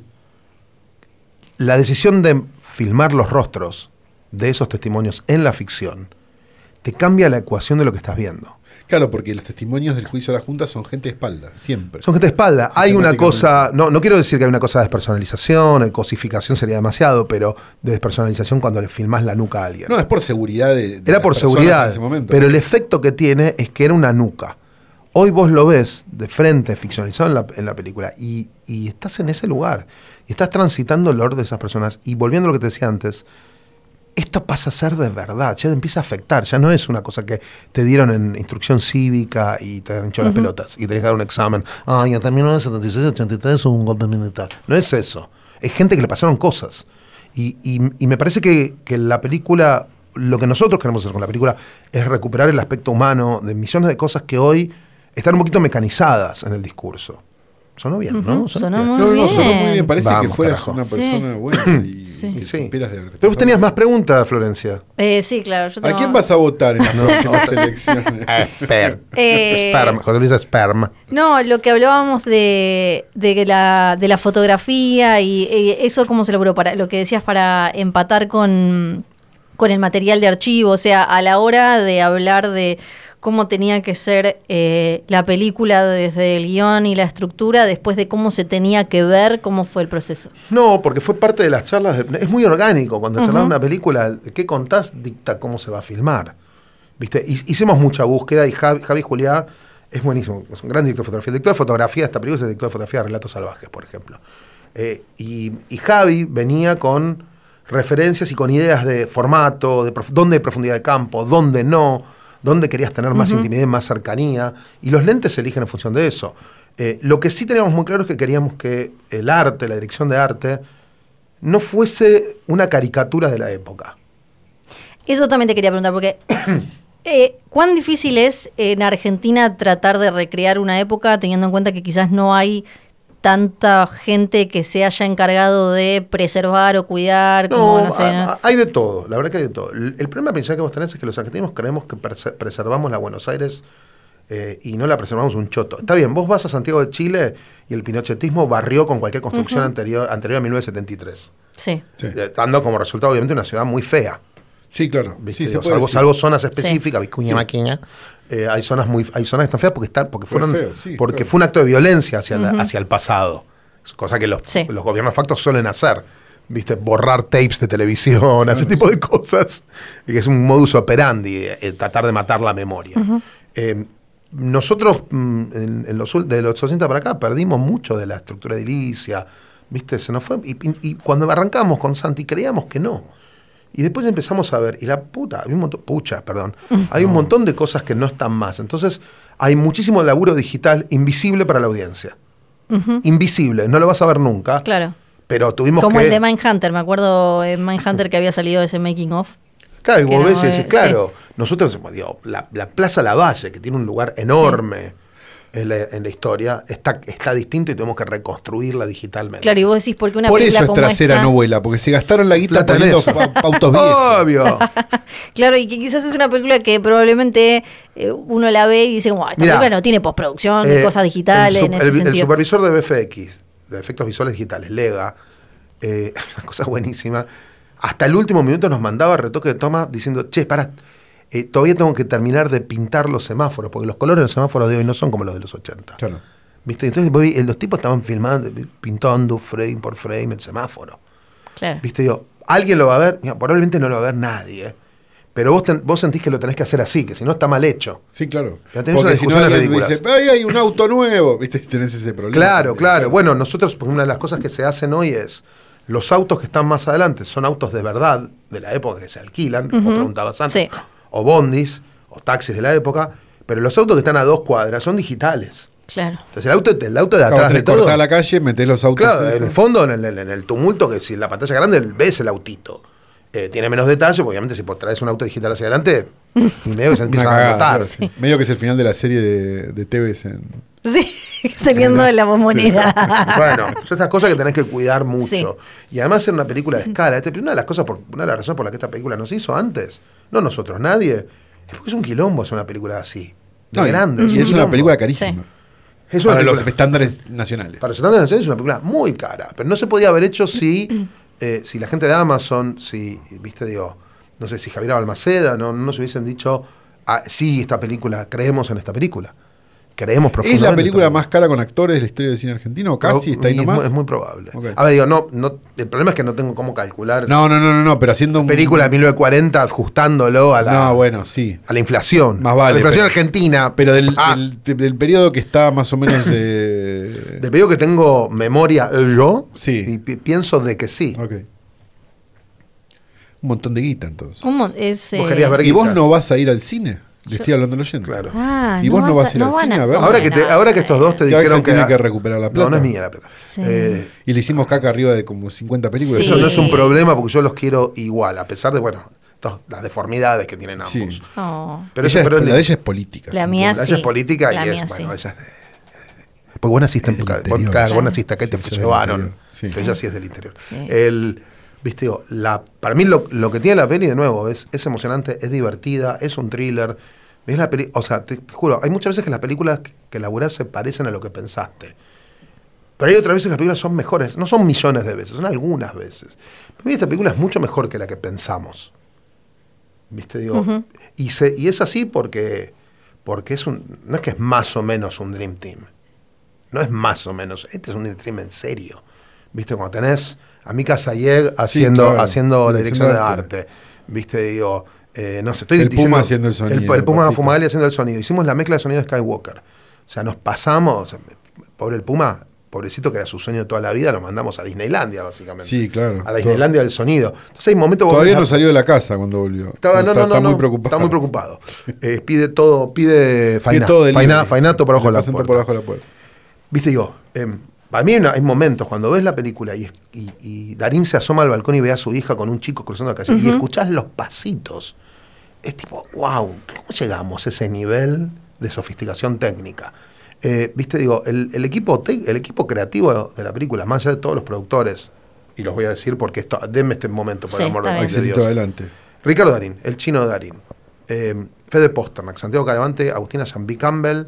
La decisión de filmar los rostros de esos testimonios en la ficción te cambia la ecuación de lo que estás viendo. Claro, porque los testimonios del juicio de la Junta son gente de espalda, siempre. Son gente de espalda. Hay una Sistemáticamente. cosa, no, no quiero decir que hay una cosa de despersonalización, de cosificación sería demasiado, pero de despersonalización cuando le filmás la nuca a alguien. No, es por seguridad de, de Era las por personas seguridad, en ese momento. pero el efecto que tiene es que era una nuca. Hoy vos lo ves de frente, ficcionalizado en la, en la película, y, y estás en ese lugar, y estás transitando el olor de esas personas, y volviendo a lo que te decía antes, esto pasa a ser de verdad, ya te empieza a afectar, ya no es una cosa que te dieron en instrucción cívica y te han hinchado las pelotas, y tenés que dar un examen, ay, hasta mil novecientos setenta y seis ochenta y tres hubo un golpe militar. No es eso, es gente que le pasaron cosas. Y, y, y me parece que, que la película, lo que nosotros queremos hacer con la película es recuperar el aspecto humano de millones de cosas que hoy están un poquito mecanizadas en el discurso. Sonó bien, ¿no? Ujú, sonó bien. muy no, no, bien. sonó muy bien. Parece Vamos, que fueras carajo. una Sí. persona buena y Sí. que Sí. supieras de lo que Pero está vos tenías más pasando. preguntas, Florencia. Eh, sí, claro. Yo ¿A tengo- quién vas a votar en las próximas elecciones? Sperm. Eh, Sperm. José Luis Sperm. No, lo que hablábamos de, de, que la, de la fotografía y, y eso cómo se logró, para lo que decías para empatar con, con el material de archivo, o sea, a la hora de hablar de cómo tenía que ser eh, la película desde el guión y la estructura, después de cómo se tenía que ver, cómo fue el proceso. No, porque fue parte de las charlas. de- es muy orgánico. Cuando Ujú. charlas de una película, ¿qué contás? Dicta cómo se va a filmar. ¿Viste? Hi- Hicimos mucha búsqueda y Javi, Javi Juliá es buenísimo. Es un gran director de fotografía. El director de fotografía de esta película es el director de fotografía de Relatos Salvajes, por ejemplo. Eh, y, y Javi venía con referencias y con ideas de formato, de prof- dónde hay profundidad de campo, dónde no, dónde querías tener más Ujú. intimidad, más cercanía. Y los lentes se eligen en función de eso. Eh, lo que sí teníamos muy claro es que queríamos que el arte, la dirección de arte, no fuese una caricatura de la época. Eso también te quería preguntar, porque eh, ¿cuán difícil es en Argentina tratar de recrear una época teniendo en cuenta que quizás no hay tanta gente que se haya encargado de preservar o cuidar? Como, No, no sé, a- ¿no? a- hay de todo, la verdad que hay de todo. El, el problema principal que vos tenés es que los argentinos creemos que perse- preservamos la Buenos Aires eh, y no la preservamos un choto. Está bien, vos vas a Santiago de Chile y el pinochetismo barrió con cualquier construcción Ujú. anterior, anterior a mil novecientos setenta y tres, Sí. Sí. eh, dando como resultado obviamente una ciudad muy fea. Sí, claro. ¿Viste? Sí, se Digo, puede salvo, decir. salvo zonas específicas, Vicuña Sí. Maquina, eh, hay zonas muy, hay zonas que están feas porque están, porque Fue fueron, feo, sí, porque claro. fue un acto de violencia hacia, la- Ujú. hacia el pasado, cosa que los, Sí. los gobiernos factos suelen hacer, viste, borrar tapes de televisión, ese tipo de cosas, y que es un modus operandi, eh, eh, tratar de matar la memoria. Eh, nosotros, mm, en, en los, ul- de los ochenta para acá, perdimos mucho de la estructura edilicia, ¿viste? Se nos fue. Y, y- y cuando arrancamos con Santi, creíamos que no. Y después empezamos a ver, y la puta, hay un montón, pucha, perdón, hay un montón de cosas que no están más. Entonces, hay muchísimo laburo digital invisible para la audiencia. Ujú. Invisible, no lo vas a ver nunca. Claro. Pero tuvimos Como que... el de Mindhunter, me acuerdo en Mindhunter que había salido ese making of. Claro, y que vos no, ves y decís, eh, claro, nosotros, digo, la, la Plaza Lavalle, que tiene un lugar enorme en, la, en la historia, está, está distinto y tenemos que reconstruirla digitalmente. Claro, y vos decís, porque una Por película eso es como trasera, esta, no vuela, porque se gastaron la guita La poniendo tenés. pa- pautos viejos. Obvio. Claro, y que quizás es una película que probablemente eh, uno la ve y dice, como, "Ah, esta Mirá, película no tiene postproducción, ni Eh, cosas digitales el, en sup- ese el- el sentido". supervisor de B F X, de efectos visuales digitales, Lega, eh, una cosa buenísima, hasta el último minuto nos mandaba retoque de toma diciendo, che, pará, eh, todavía tengo que terminar de pintar los semáforos, porque los colores de los semáforos de hoy no son como los de los ochenta. Claro. ¿Viste? Entonces vos vi- eh, los tipos estaban filmando, pintando frame por frame el semáforo. Claro. ¿Viste? Digo, ¿alguien lo va a ver? Mira, probablemente no lo va a ver nadie, ¿eh? Pero vos, ten- vos sentís que lo tenés que hacer así, que si no está mal hecho. Sí, claro. Ya tenés Porque unas si no discusiones alguien ridículas. dice, ¡ay, hay un auto nuevo! ¿Viste? Tenés ese problema. Claro, claro. Bueno, nosotros, porque una de las cosas que se hacen hoy es, los autos que están más adelante son autos de verdad, de la época que se alquilan, como Ujú. preguntabas antes, Sí. o bondis, o taxis de la época, pero los autos que están a dos cuadras son digitales. Claro. Entonces el auto, el auto de Claro, atrás tenés de que todo... cortar la calle, metés los autos. Claro, esos. en el fondo, en el, en el tumulto, que si en la pantalla grande ves el autito. Eh, tiene menos detalle, porque obviamente si traes un auto digital hacia adelante, y medio que se Una empieza cagada, a notar. claro, sí. Medio que es el final de la serie de, de T Vs en... Sí, saliendo de la bombonera. Bueno, son estas cosas que tenés que cuidar mucho. Sí. Y además ser una película de escala. Este, una de las cosas, por, una de las razones por las que esta película nos hizo antes, no nosotros, nadie, es porque es un quilombo hacer una película así. De No, y- grande. y, un es una quilombo. película carísima. Es una Para los película- estándares nacionales. Para los estándares nacionales es una película muy cara, pero no se podía haber hecho si, eh, si la gente de Amazon, si, viste, digo, no sé, si Javier Balmaceda, no, no nos hubiesen dicho, ah, sí, esta película, creemos en esta película. Creemos ¿Es profundamente. la película en esta más cara con actores de la historia del cine argentino? ¿Casi? ¿Está ahí Y es nomás? muy- Es muy probable. Ok. A ver, digo, no, no, el problema es que no tengo cómo calcular No, no, no, no, no, pero haciendo un... película de mil novecientos cuarenta ajustándolo a la, No, bueno, sí. a la inflación. Más vale, A la inflación pero- argentina. Pero del, Ah, del, de- del periodo que está más o menos de... del periodo que tengo memoria yo, Sí. y pi- pienso de que sí. Ok. Un montón de guita, entonces. ¿Cómo es? Vos eh, querías ver ¿Y vos guita. no vas a ir al cine? Le Yo- estoy hablando al oyente. Claro. Ah, ¿Y vos no vas a ir al van cine a ver? ¿cómo Ahora que, te- no vas ahora a que estos ir? dos te Que Axel dijeron que... tiene que recuperar la plata. No, no es mía la plata. Sí. Eh, Y le hicimos caca arriba de como cincuenta películas. Sí. Eso no es un problema porque yo los quiero igual, a pesar de, bueno, todas las deformidades que tienen ambos. Sí. Oh. Pero, Ella eso, pero es- es- la de ella es política. La sin mía duda. ella es sí. política La y mía es, bueno, sí. ella es de- Porque vos naciste en tu Es del casa. interior. Claro, vos Claro. naciste acá y te Sí, ella es del llevaron. interior. Sí. Pero ella sí es del interior. Sí. El, viste, digo, la, para mí lo, lo que tiene la peli, de nuevo, es, es emocionante, es divertida, es un thriller. Es la peli, o sea, te, te juro, hay muchas veces que las películas que, que elaborás se parecen a lo que pensaste. Pero hay otras veces que las películas son mejores. No son millones de veces, son algunas veces. Para mí esta película es mucho mejor que la que pensamos. ¿Viste? Digo, Ujú. y, se, y es así porque, porque es un, no es que es más o menos un Dream Team. No es más o menos. Este es un Dream Team en serio. ¿Viste? Cuando tenés a Mika Sayeg haciendo, claro. haciendo la dirección de arte. arte. ¿Viste? Digo, eh, no sé, estoy El diciendo... Puma haciendo el sonido, El, el Puma papito. Fumagalli haciendo el sonido. Hicimos la mezcla de sonido de Skywalker. O sea, nos pasamos... Pobre el Puma, pobrecito que era su sueño toda la vida, lo mandamos a Disneylandia, básicamente. Sí, claro. A la Disneylandia del sonido. Entonces hay momentos... vos Todavía ves a- no salió de la casa cuando volvió. estaba, no, está, no, no, está muy no, preocupado. Está muy preocupado. Eh, pide todo, pide Pide faina, todo del faina- libro. fainato por abajo de Le la pasan todo puerta. por abajo de la puerta. Viste, digo, eh, para mí hay, una- hay momentos cuando ves la película y, es- y, y Darín se asoma al balcón y ve a su hija con un chico cruzando la calle y Ujú. escuchás los pasitos. Es tipo, wow, ¿cómo llegamos a ese nivel de sofisticación técnica? Eh, Viste, digo, el, el equipo te- el equipo creativo de la película, más allá de todos los productores, y los voy a decir porque esto, denme este momento, por Sí, el amor está de, bien. de Axelito, Dios. adelante. Ricardo Darín, el chino de Darín, eh, Fede Posternak, Santiago Caravante, Agustina Jambí Campbell,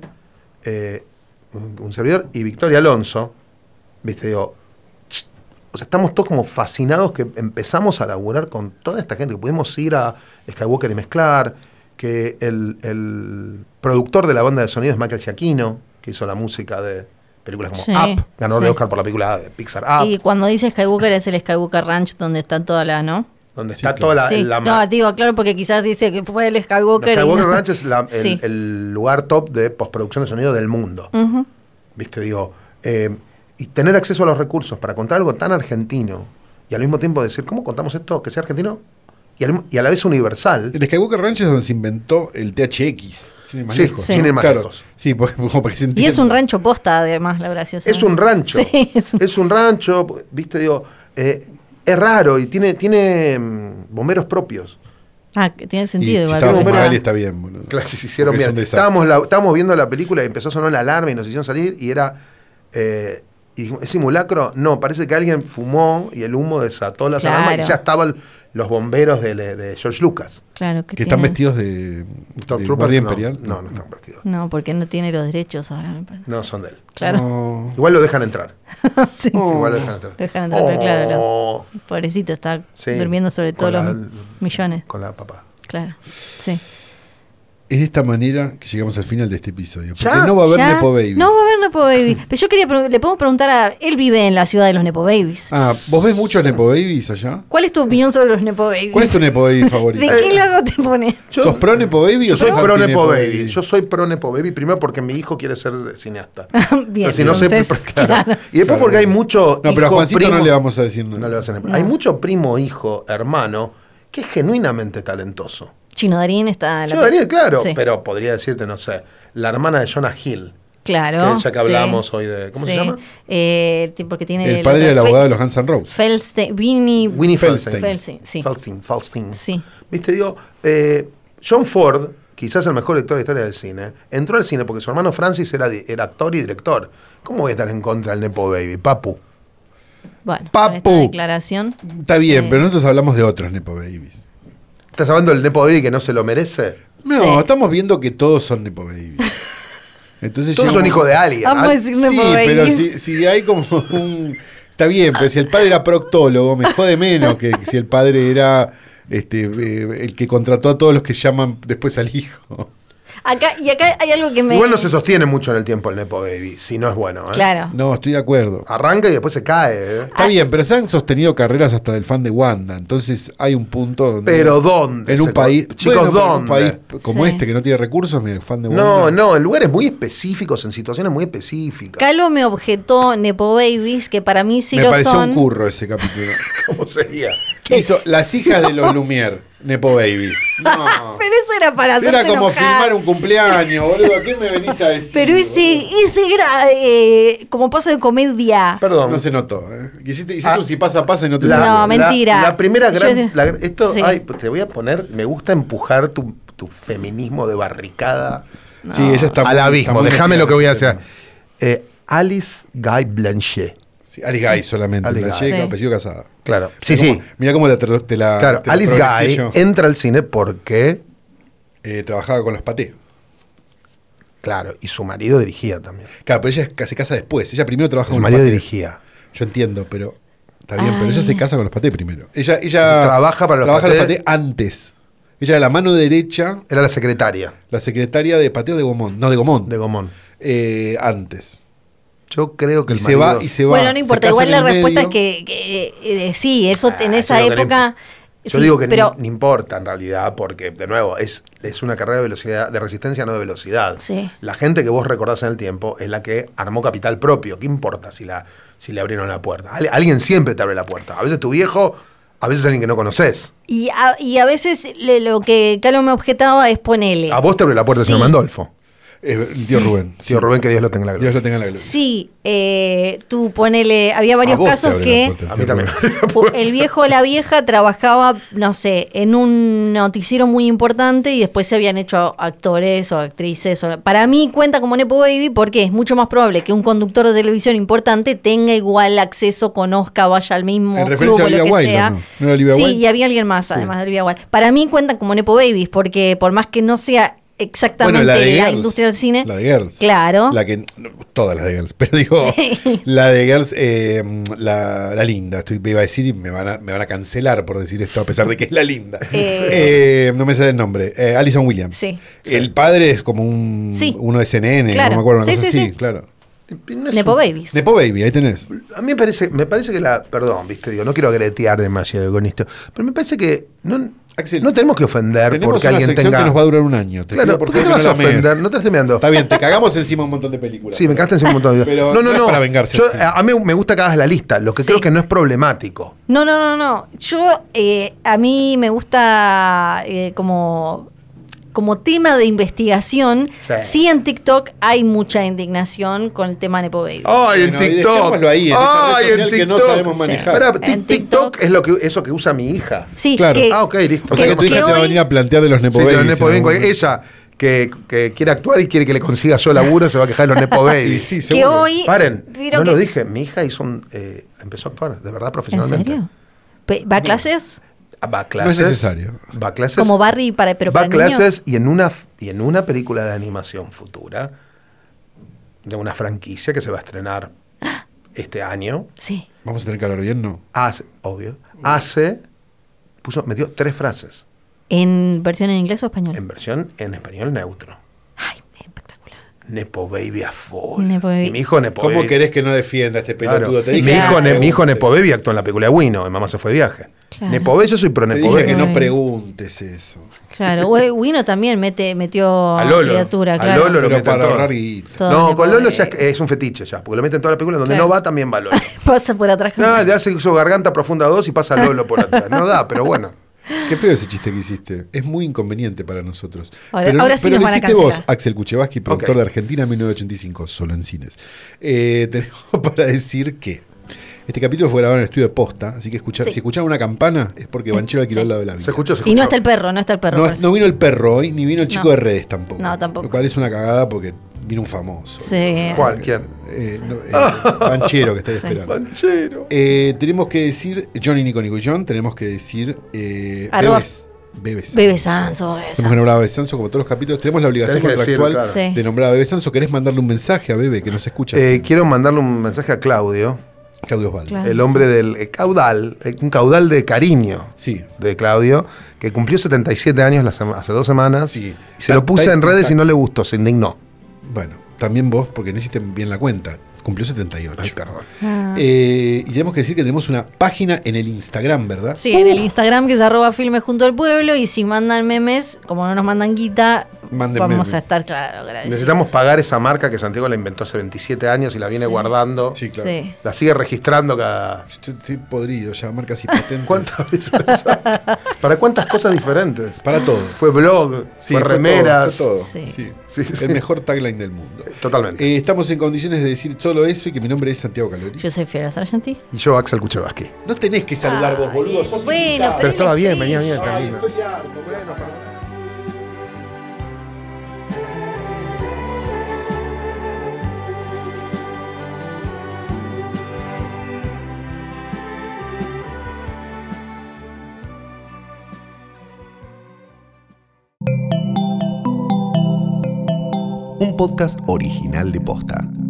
eh, un, un servidor, y Victoria Alonso. Viste, digo, ch- o sea, estamos todos como fascinados que empezamos a laburar con toda esta gente, que pudimos ir a Skywalker y mezclar, que el, el productor de la banda de sonido es Michael Giacchino, que hizo la música de películas como Sí, Up, ganador sí. de Oscar por la película de Pixar Up. Y cuando dice Skywalker es el Skywalker Ranch donde están todas las, ¿no? donde Sí, está claro. toda la... Sí. la No, digo, claro, porque quizás dice que fue el la Skywalker. y Skywalker no. Ranch es la- el, Sí. el lugar top de postproducción de sonido del mundo. Ujú. ¿Viste? Digo, eh, y tener acceso a los recursos para contar algo tan argentino y al mismo tiempo decir, ¿cómo contamos esto que sea argentino? Y, al- y a la vez universal. El Skywalker Ranch es donde se inventó el T H X. Sin ir más Sí, lejos. Sí. sin ir más Claro. lejos. Sí, porque, como para que se Y entienda. es un rancho posta, además, la graciosa. Es un rancho. Sí, es un- Es un rancho, ¿viste? Digo, eh, es raro y tiene, tiene mm, bomberos propios. Ah, que tiene Y sentido si igual. estaba Bomberos- Fumagalli está bien, boludo. Claro, se hicieron Porque es bien. un desastre. Estábamos, la- estábamos viendo la película y empezó a sonar la alarma y nos hicieron salir y era... eh, y dijimos, ¿es simulacro? No, parece que alguien fumó y el humo desató las Claro. alarmas y ya estaban los bomberos de, de George Lucas. Claro, que, Que están tiene- vestidos de, Stormtroopers, de Guardia no, Imperial. No, no están vestidos. No, porque no tiene los derechos ahora, me parece. No, son de él. Claro. No. Igual lo dejan entrar. Sí. Igual lo dejan entrar. Lo dejan entrar, pero claro, no. Oh, Pobrecito, está sí, durmiendo sobre con todos la- los millones. Con la papá. Claro. Sí. Es de esta manera que llegamos al final de este episodio. Porque ¿Ya? no va a haber ¿Ya? Nepo Babies. No va a haber Nepo Babies. Pero yo quería, pre- le podemos preguntar a. Él vive en la ciudad de los Nepo Babies. Ah, ¿vos ves muchos Nepo Babies allá? ¿Cuál es tu opinión sobre los Nepo Babies? ¿Cuál es tu Nepo Baby favorito? ¿De qué lado te pone? Yo- ¿Sos pro Nepo Baby Yo o soy sos pro anti Nepo Baby. Yo soy pro Nepo Baby primero porque mi hijo quiere ser cineasta. Bien, Pero si no sé, entonces, claro. claro. Y después porque hay mucho No, pero a hijo, Juancito primo- no le vamos a decir nada. No le vas a nepo. No. Hay mucho primo, hijo, hermano que es genuinamente talentoso. Chino Darín está. en la- Yo Daniel, claro, Sí. pero podría decirte, no sé, la hermana de Jonah Hill. Claro. Que ya que sí. hablamos hoy de. ¿Cómo se Sí. llama? Eh, ti- porque tiene. El padre del abogado de los Guns N' Roses. Felstein. Winnie. Winnie Feldstein. Feldstein. Felstein, sí. Feldstein, Feldstein. Sí. Viste, digo, eh, John Ford, quizás el mejor lector de la historia del cine, entró al cine porque su hermano Francis era, di- era actor y director. ¿Cómo voy a estar en contra del Nepo Baby? Papu. Bueno, Papu. con esta declaración. Está bien, Eh. pero nosotros hablamos de otros Nepo Babies. ¿Estás hablando del Nepo Baby que no se lo merece? No, Sí. estamos viendo que todos son Nepo Babies. Entonces Todos son llegamos- hijos de alguien. Vamos a ¿ah? decir Sí, Nepo pero Babies. si, si hay como un... Está bien, pero si el padre era proctólogo, me jode menos que si el padre era este eh, el que contrató a todos los que llaman después al hijo. Acá, y acá hay algo que me. Igual no se sostiene mucho en el tiempo el Nepo Baby, si no es bueno. ¿eh? Claro. No, estoy de acuerdo. Arranca y después se cae. ¿eh? Está bien, pero se han sostenido carreras hasta del fan de Wanda, entonces hay un punto donde... Pero ¿dónde? En un se país... co- Chicos, bueno, pero en un ¿dónde? país como Sí. este que no tiene recursos, mira, el fan de Wanda... No, no, en lugares muy específicos, en situaciones muy específicas. Calo me objetó Nepo Babies, que para mí sí me lo pareció son. un curro ese capítulo. ¿Cómo sería? Hizo Las hijas de los Lumière, Nepo Babies. No. Pero eso era para Era hacerte como enojar. filmar un cumpleaños, boludo. ¿Qué me venís a decir? Pero ese, boludo? ese era eh, como paso de comedia. Perdón. No se notó. ¿eh? Hiciste, hiciste Ah, un si pasa, pasa y no te La- salió. No, mentira. La, la primera Yo gran. decía- la- esto, Sí. ay, te voy a poner. Me gusta empujar tu, tu feminismo de barricada Sí, ella está al muy- abismo. está muy Déjame metida lo que voy a en ese hacer. tema. Eh, Alice Guy Blanchet. Sí, Alice Guy solamente. Alice la Guy. llega, Sí. apellido casada. Claro. Sí, Mirá sí. cómo- Mirá cómo te, te la. Claro, te la Alice progresé Guy yo. entra al cine porque. Eh, trabajaba con los patés. Claro, y su marido dirigía también. Claro, pero ella es- se casa después. Ella primero trabaja Su con marido los patés. dirigía. Yo entiendo, pero. Está bien, pero ella Ay. se casa con los patés primero. Ella, ella Trabaja para los trabaja patés. los patés antes. Ella era la mano derecha, Era la secretaria la secretaria de pateo de Gomón. No, de Gomón. de Gomón. Eh, antes. Yo creo que Y el se marido- va y se va. Bueno, no se importa. casa Igual en la el respuesta medio. es que, que, eh, sí, eso Ah, en yo esa digo que no época. Yo sí, digo que pero, no, no importa en realidad, porque, de nuevo, es, es una carrera de velocidad, de resistencia, no de velocidad. Sí. La gente que vos recordás en el tiempo es la que armó capital propio. ¿Qué importa si, la, si le abrieron la puerta? Al- alguien siempre te abre la puerta. A veces tu viejo, a veces alguien que no conoces. Y a, y a veces le- lo que Calo me objetaba es ponerle. A vos te abre la puerta el Sí. señor Mandolfo. Eh, el tío Rubén. Tío Rubén, que Dios lo tenga en la gloria. Dios lo tenga en la gloria. Sí, eh, tú ponele. Había varios A vos te casos abre que. la puerta el A tío mí también. Rubén. El viejo o la vieja trabajaba, no sé, en un noticiero muy importante y después se habían hecho actores o actrices. O, para mí cuenta como Nepo Baby porque es mucho más probable que un conductor de televisión importante tenga igual acceso, conozca, vaya al mismo En club referencia o a lo Olivia que Wilde, sea. ¿no? ¿No era Olivia sí, Wilde? y había alguien más, Sí. además de Olivia Wilde. Para mí cuentan como Nepo Babies porque por más que no sea exactamente Bueno, la, la de Girls. industria del cine. La de Girls. Claro. La que, no, todas las de Girls, pero digo, Sí. la de Girls, eh, la, la linda, estoy, iba a decir y me van a, me van a cancelar por decir esto, a pesar de que es la linda. Eh. Eh, no me sale el nombre, eh, Alison Williams. Sí. El padre es como un Sí. uno de C N N, Claro. no me acuerdo, una Sí, cosa sí, así, sí. claro. No es Nepo un- Babies. Nepo Baby, ahí tenés. A mí me parece, me parece que la. Perdón, viste, digo, no quiero gretear demasiado con esto. Pero me parece que no, Axel, no tenemos que ofender Tenemos porque una alguien sección tenga. que nos va a durar un año. Te Claro, pido, ¿por por qué te favor, vas que a no la mees. ofender? No te estés meando. Está bien, te cagamos encima un montón de películas. Sí, me cagaste encima un montón de Pero No, no, no es no. para vengarse, Yo, sí. a, a mí me gusta que hagas la lista. Lo que Sí. creo que no es problemático. No, no, no, no. Yo, eh, a mí me gusta eh, como, como tema de investigación. Sí. Sí. En TikTok hay mucha indignación con el tema Nepo Baby. ¡Ay, en Bueno, y TikTok! dejémoslo ahí, en esa red ¡Ay, social en que no TikTok! sabemos Sí. manejar. Espera, En tic- TikTok TikTok es lo que, eso que usa mi hija. Sí, Claro. que- Ah, ok, listo. O sea que tu que hija te va a hoy- venir a plantear de los Nepo Sí, sí, Babies. los Nepo en Babies, algún ella que, que quiere actuar y quiere que le consiga yo laburo, se va a quejar de los Nepo momento. Y Babies. sí, que seguro. hoy... Paren, vieron no lo que- dije, mi hija hizo un, eh, empezó a actuar, de verdad, ¿En profesionalmente. serio? Pe- ¿Va a clases? Va a clases. No es necesario. Va a clases. Como Barry, para, pero va para a clases niños. y en una y en una película de animación futura de una franquicia que se va a estrenar este año. Sí. Vamos a tener que hablar bien, ¿no? Hace, obvio, hace, puso, metió tres frases ¿En versión en inglés o español? en versión en español neutro. Ay, espectacular. Nepo Baby a full. Nepo Baby. Y mi hijo Nepo ¿Cómo Baby. querés que no defienda a este Claro. pelotudo? Te mi, dije hijo, que no Ne- mi hijo preguntes. Nepo Baby actuó en la película de Wino, mi mamá se fue de viaje. Claro. Nepo Baby, yo soy pro Te Nepo dije Baby. que no Baby. preguntes eso. Claro. Güey, Wino también mete, metió A Lolo. criatura, A claro. Lolo. Lo Pero meten para todo. ahorrar guita. Todo No, Nepo con Lolo Baby. ya es, es un fetiche ya, porque lo meten en toda la película, donde Claro. no va también va Lolo. Pasa por atrás. No, ya se hizo Garganta Profunda dos y pasa Lolo por atrás. No da, pero bueno. Qué feo ese chiste que hiciste. Es muy inconveniente para nosotros. Ahora- pero ahora sí pero nos lo van a hiciste vos, cancelar. Axel Kuchevaski, productor Ok. de Argentina mil novecientos ochenta y cinco, solo en cines. Eh, tenemos para decir que este capítulo fue grabado en el estudio de Posta, así que escuchar, Sí. si escucharon una campana es porque Banchero alquiló Sí. al lado de la vida. Se escuchó, se escuchó. Y no está el perro, no está el perro. No, por eso. no vino el perro hoy, ni vino el chico No. de redes tampoco. No, tampoco. Lo cual es una cagada porque vino un famoso. Sí. ¿Cuál? ¿Quién? Eh, no, eh, Banchero que estáis Sí. esperando. Panchero. Eh, tenemos que decir, Johnny, Nico, Nico y John, tenemos que decir eh, Arroba- Bebes. Bebes. Bebe Sanso, Bebe Hemos Sanso. que nombrar a Bebe Sanso como todos los capítulos. Tenemos la obligación Tenés que decir, contractual claro. Sí. de nombrar a Bebe Sanso. ¿Querés mandarle un mensaje a Bebe que nos escucha? Eh, quiero mandarle un mensaje a Claudio, Claudio Osvaldo. Claro. el hombre del eh, caudal, eh, un caudal de cariño Sí. de Claudio, que cumplió setenta y siete años la sema- hace dos semanas. Sí. Y se lo puse Está- en redes está- y no le gustó, se indignó. Bueno, también vos, porque no hiciste bien la cuenta. Cumplió setenta y ocho. Ay, perdón. Ah. Eh, y tenemos que decir que tenemos una página en el Instagram, ¿verdad? Sí, en el Instagram que es arroba filme junto al pueblo y si mandan memes, como no nos mandan guita, Manden vamos memes. a estar, claro, agradecidos. Necesitamos pagar esa marca que Santiago la inventó hace veintisiete años y la viene Sí. guardando. Sí, claro. Sí. La sigue registrando cada. Estoy, estoy podrido, ya marcas y patentes. ¿Cuántas veces? ¿Para cuántas cosas diferentes? Para todo. Fue blog, Sí, fue fue remeras. todo, fue todo. Sí. Sí. Sí, sí. El mejor tagline del mundo. Totalmente. Eh, estamos en condiciones de decir solo eso y que mi nombre es Santiago Calori. Yo soy Fiora Sargenti. Y yo, Axel Kuchevaski. No tenés que saludar vos, boludo. Sos Bueno, invitado. Pero él estaba es bien, venía pillo. bien, Ay, Carlina. estoy harto. Bueno, perdón. Un podcast original de Posta.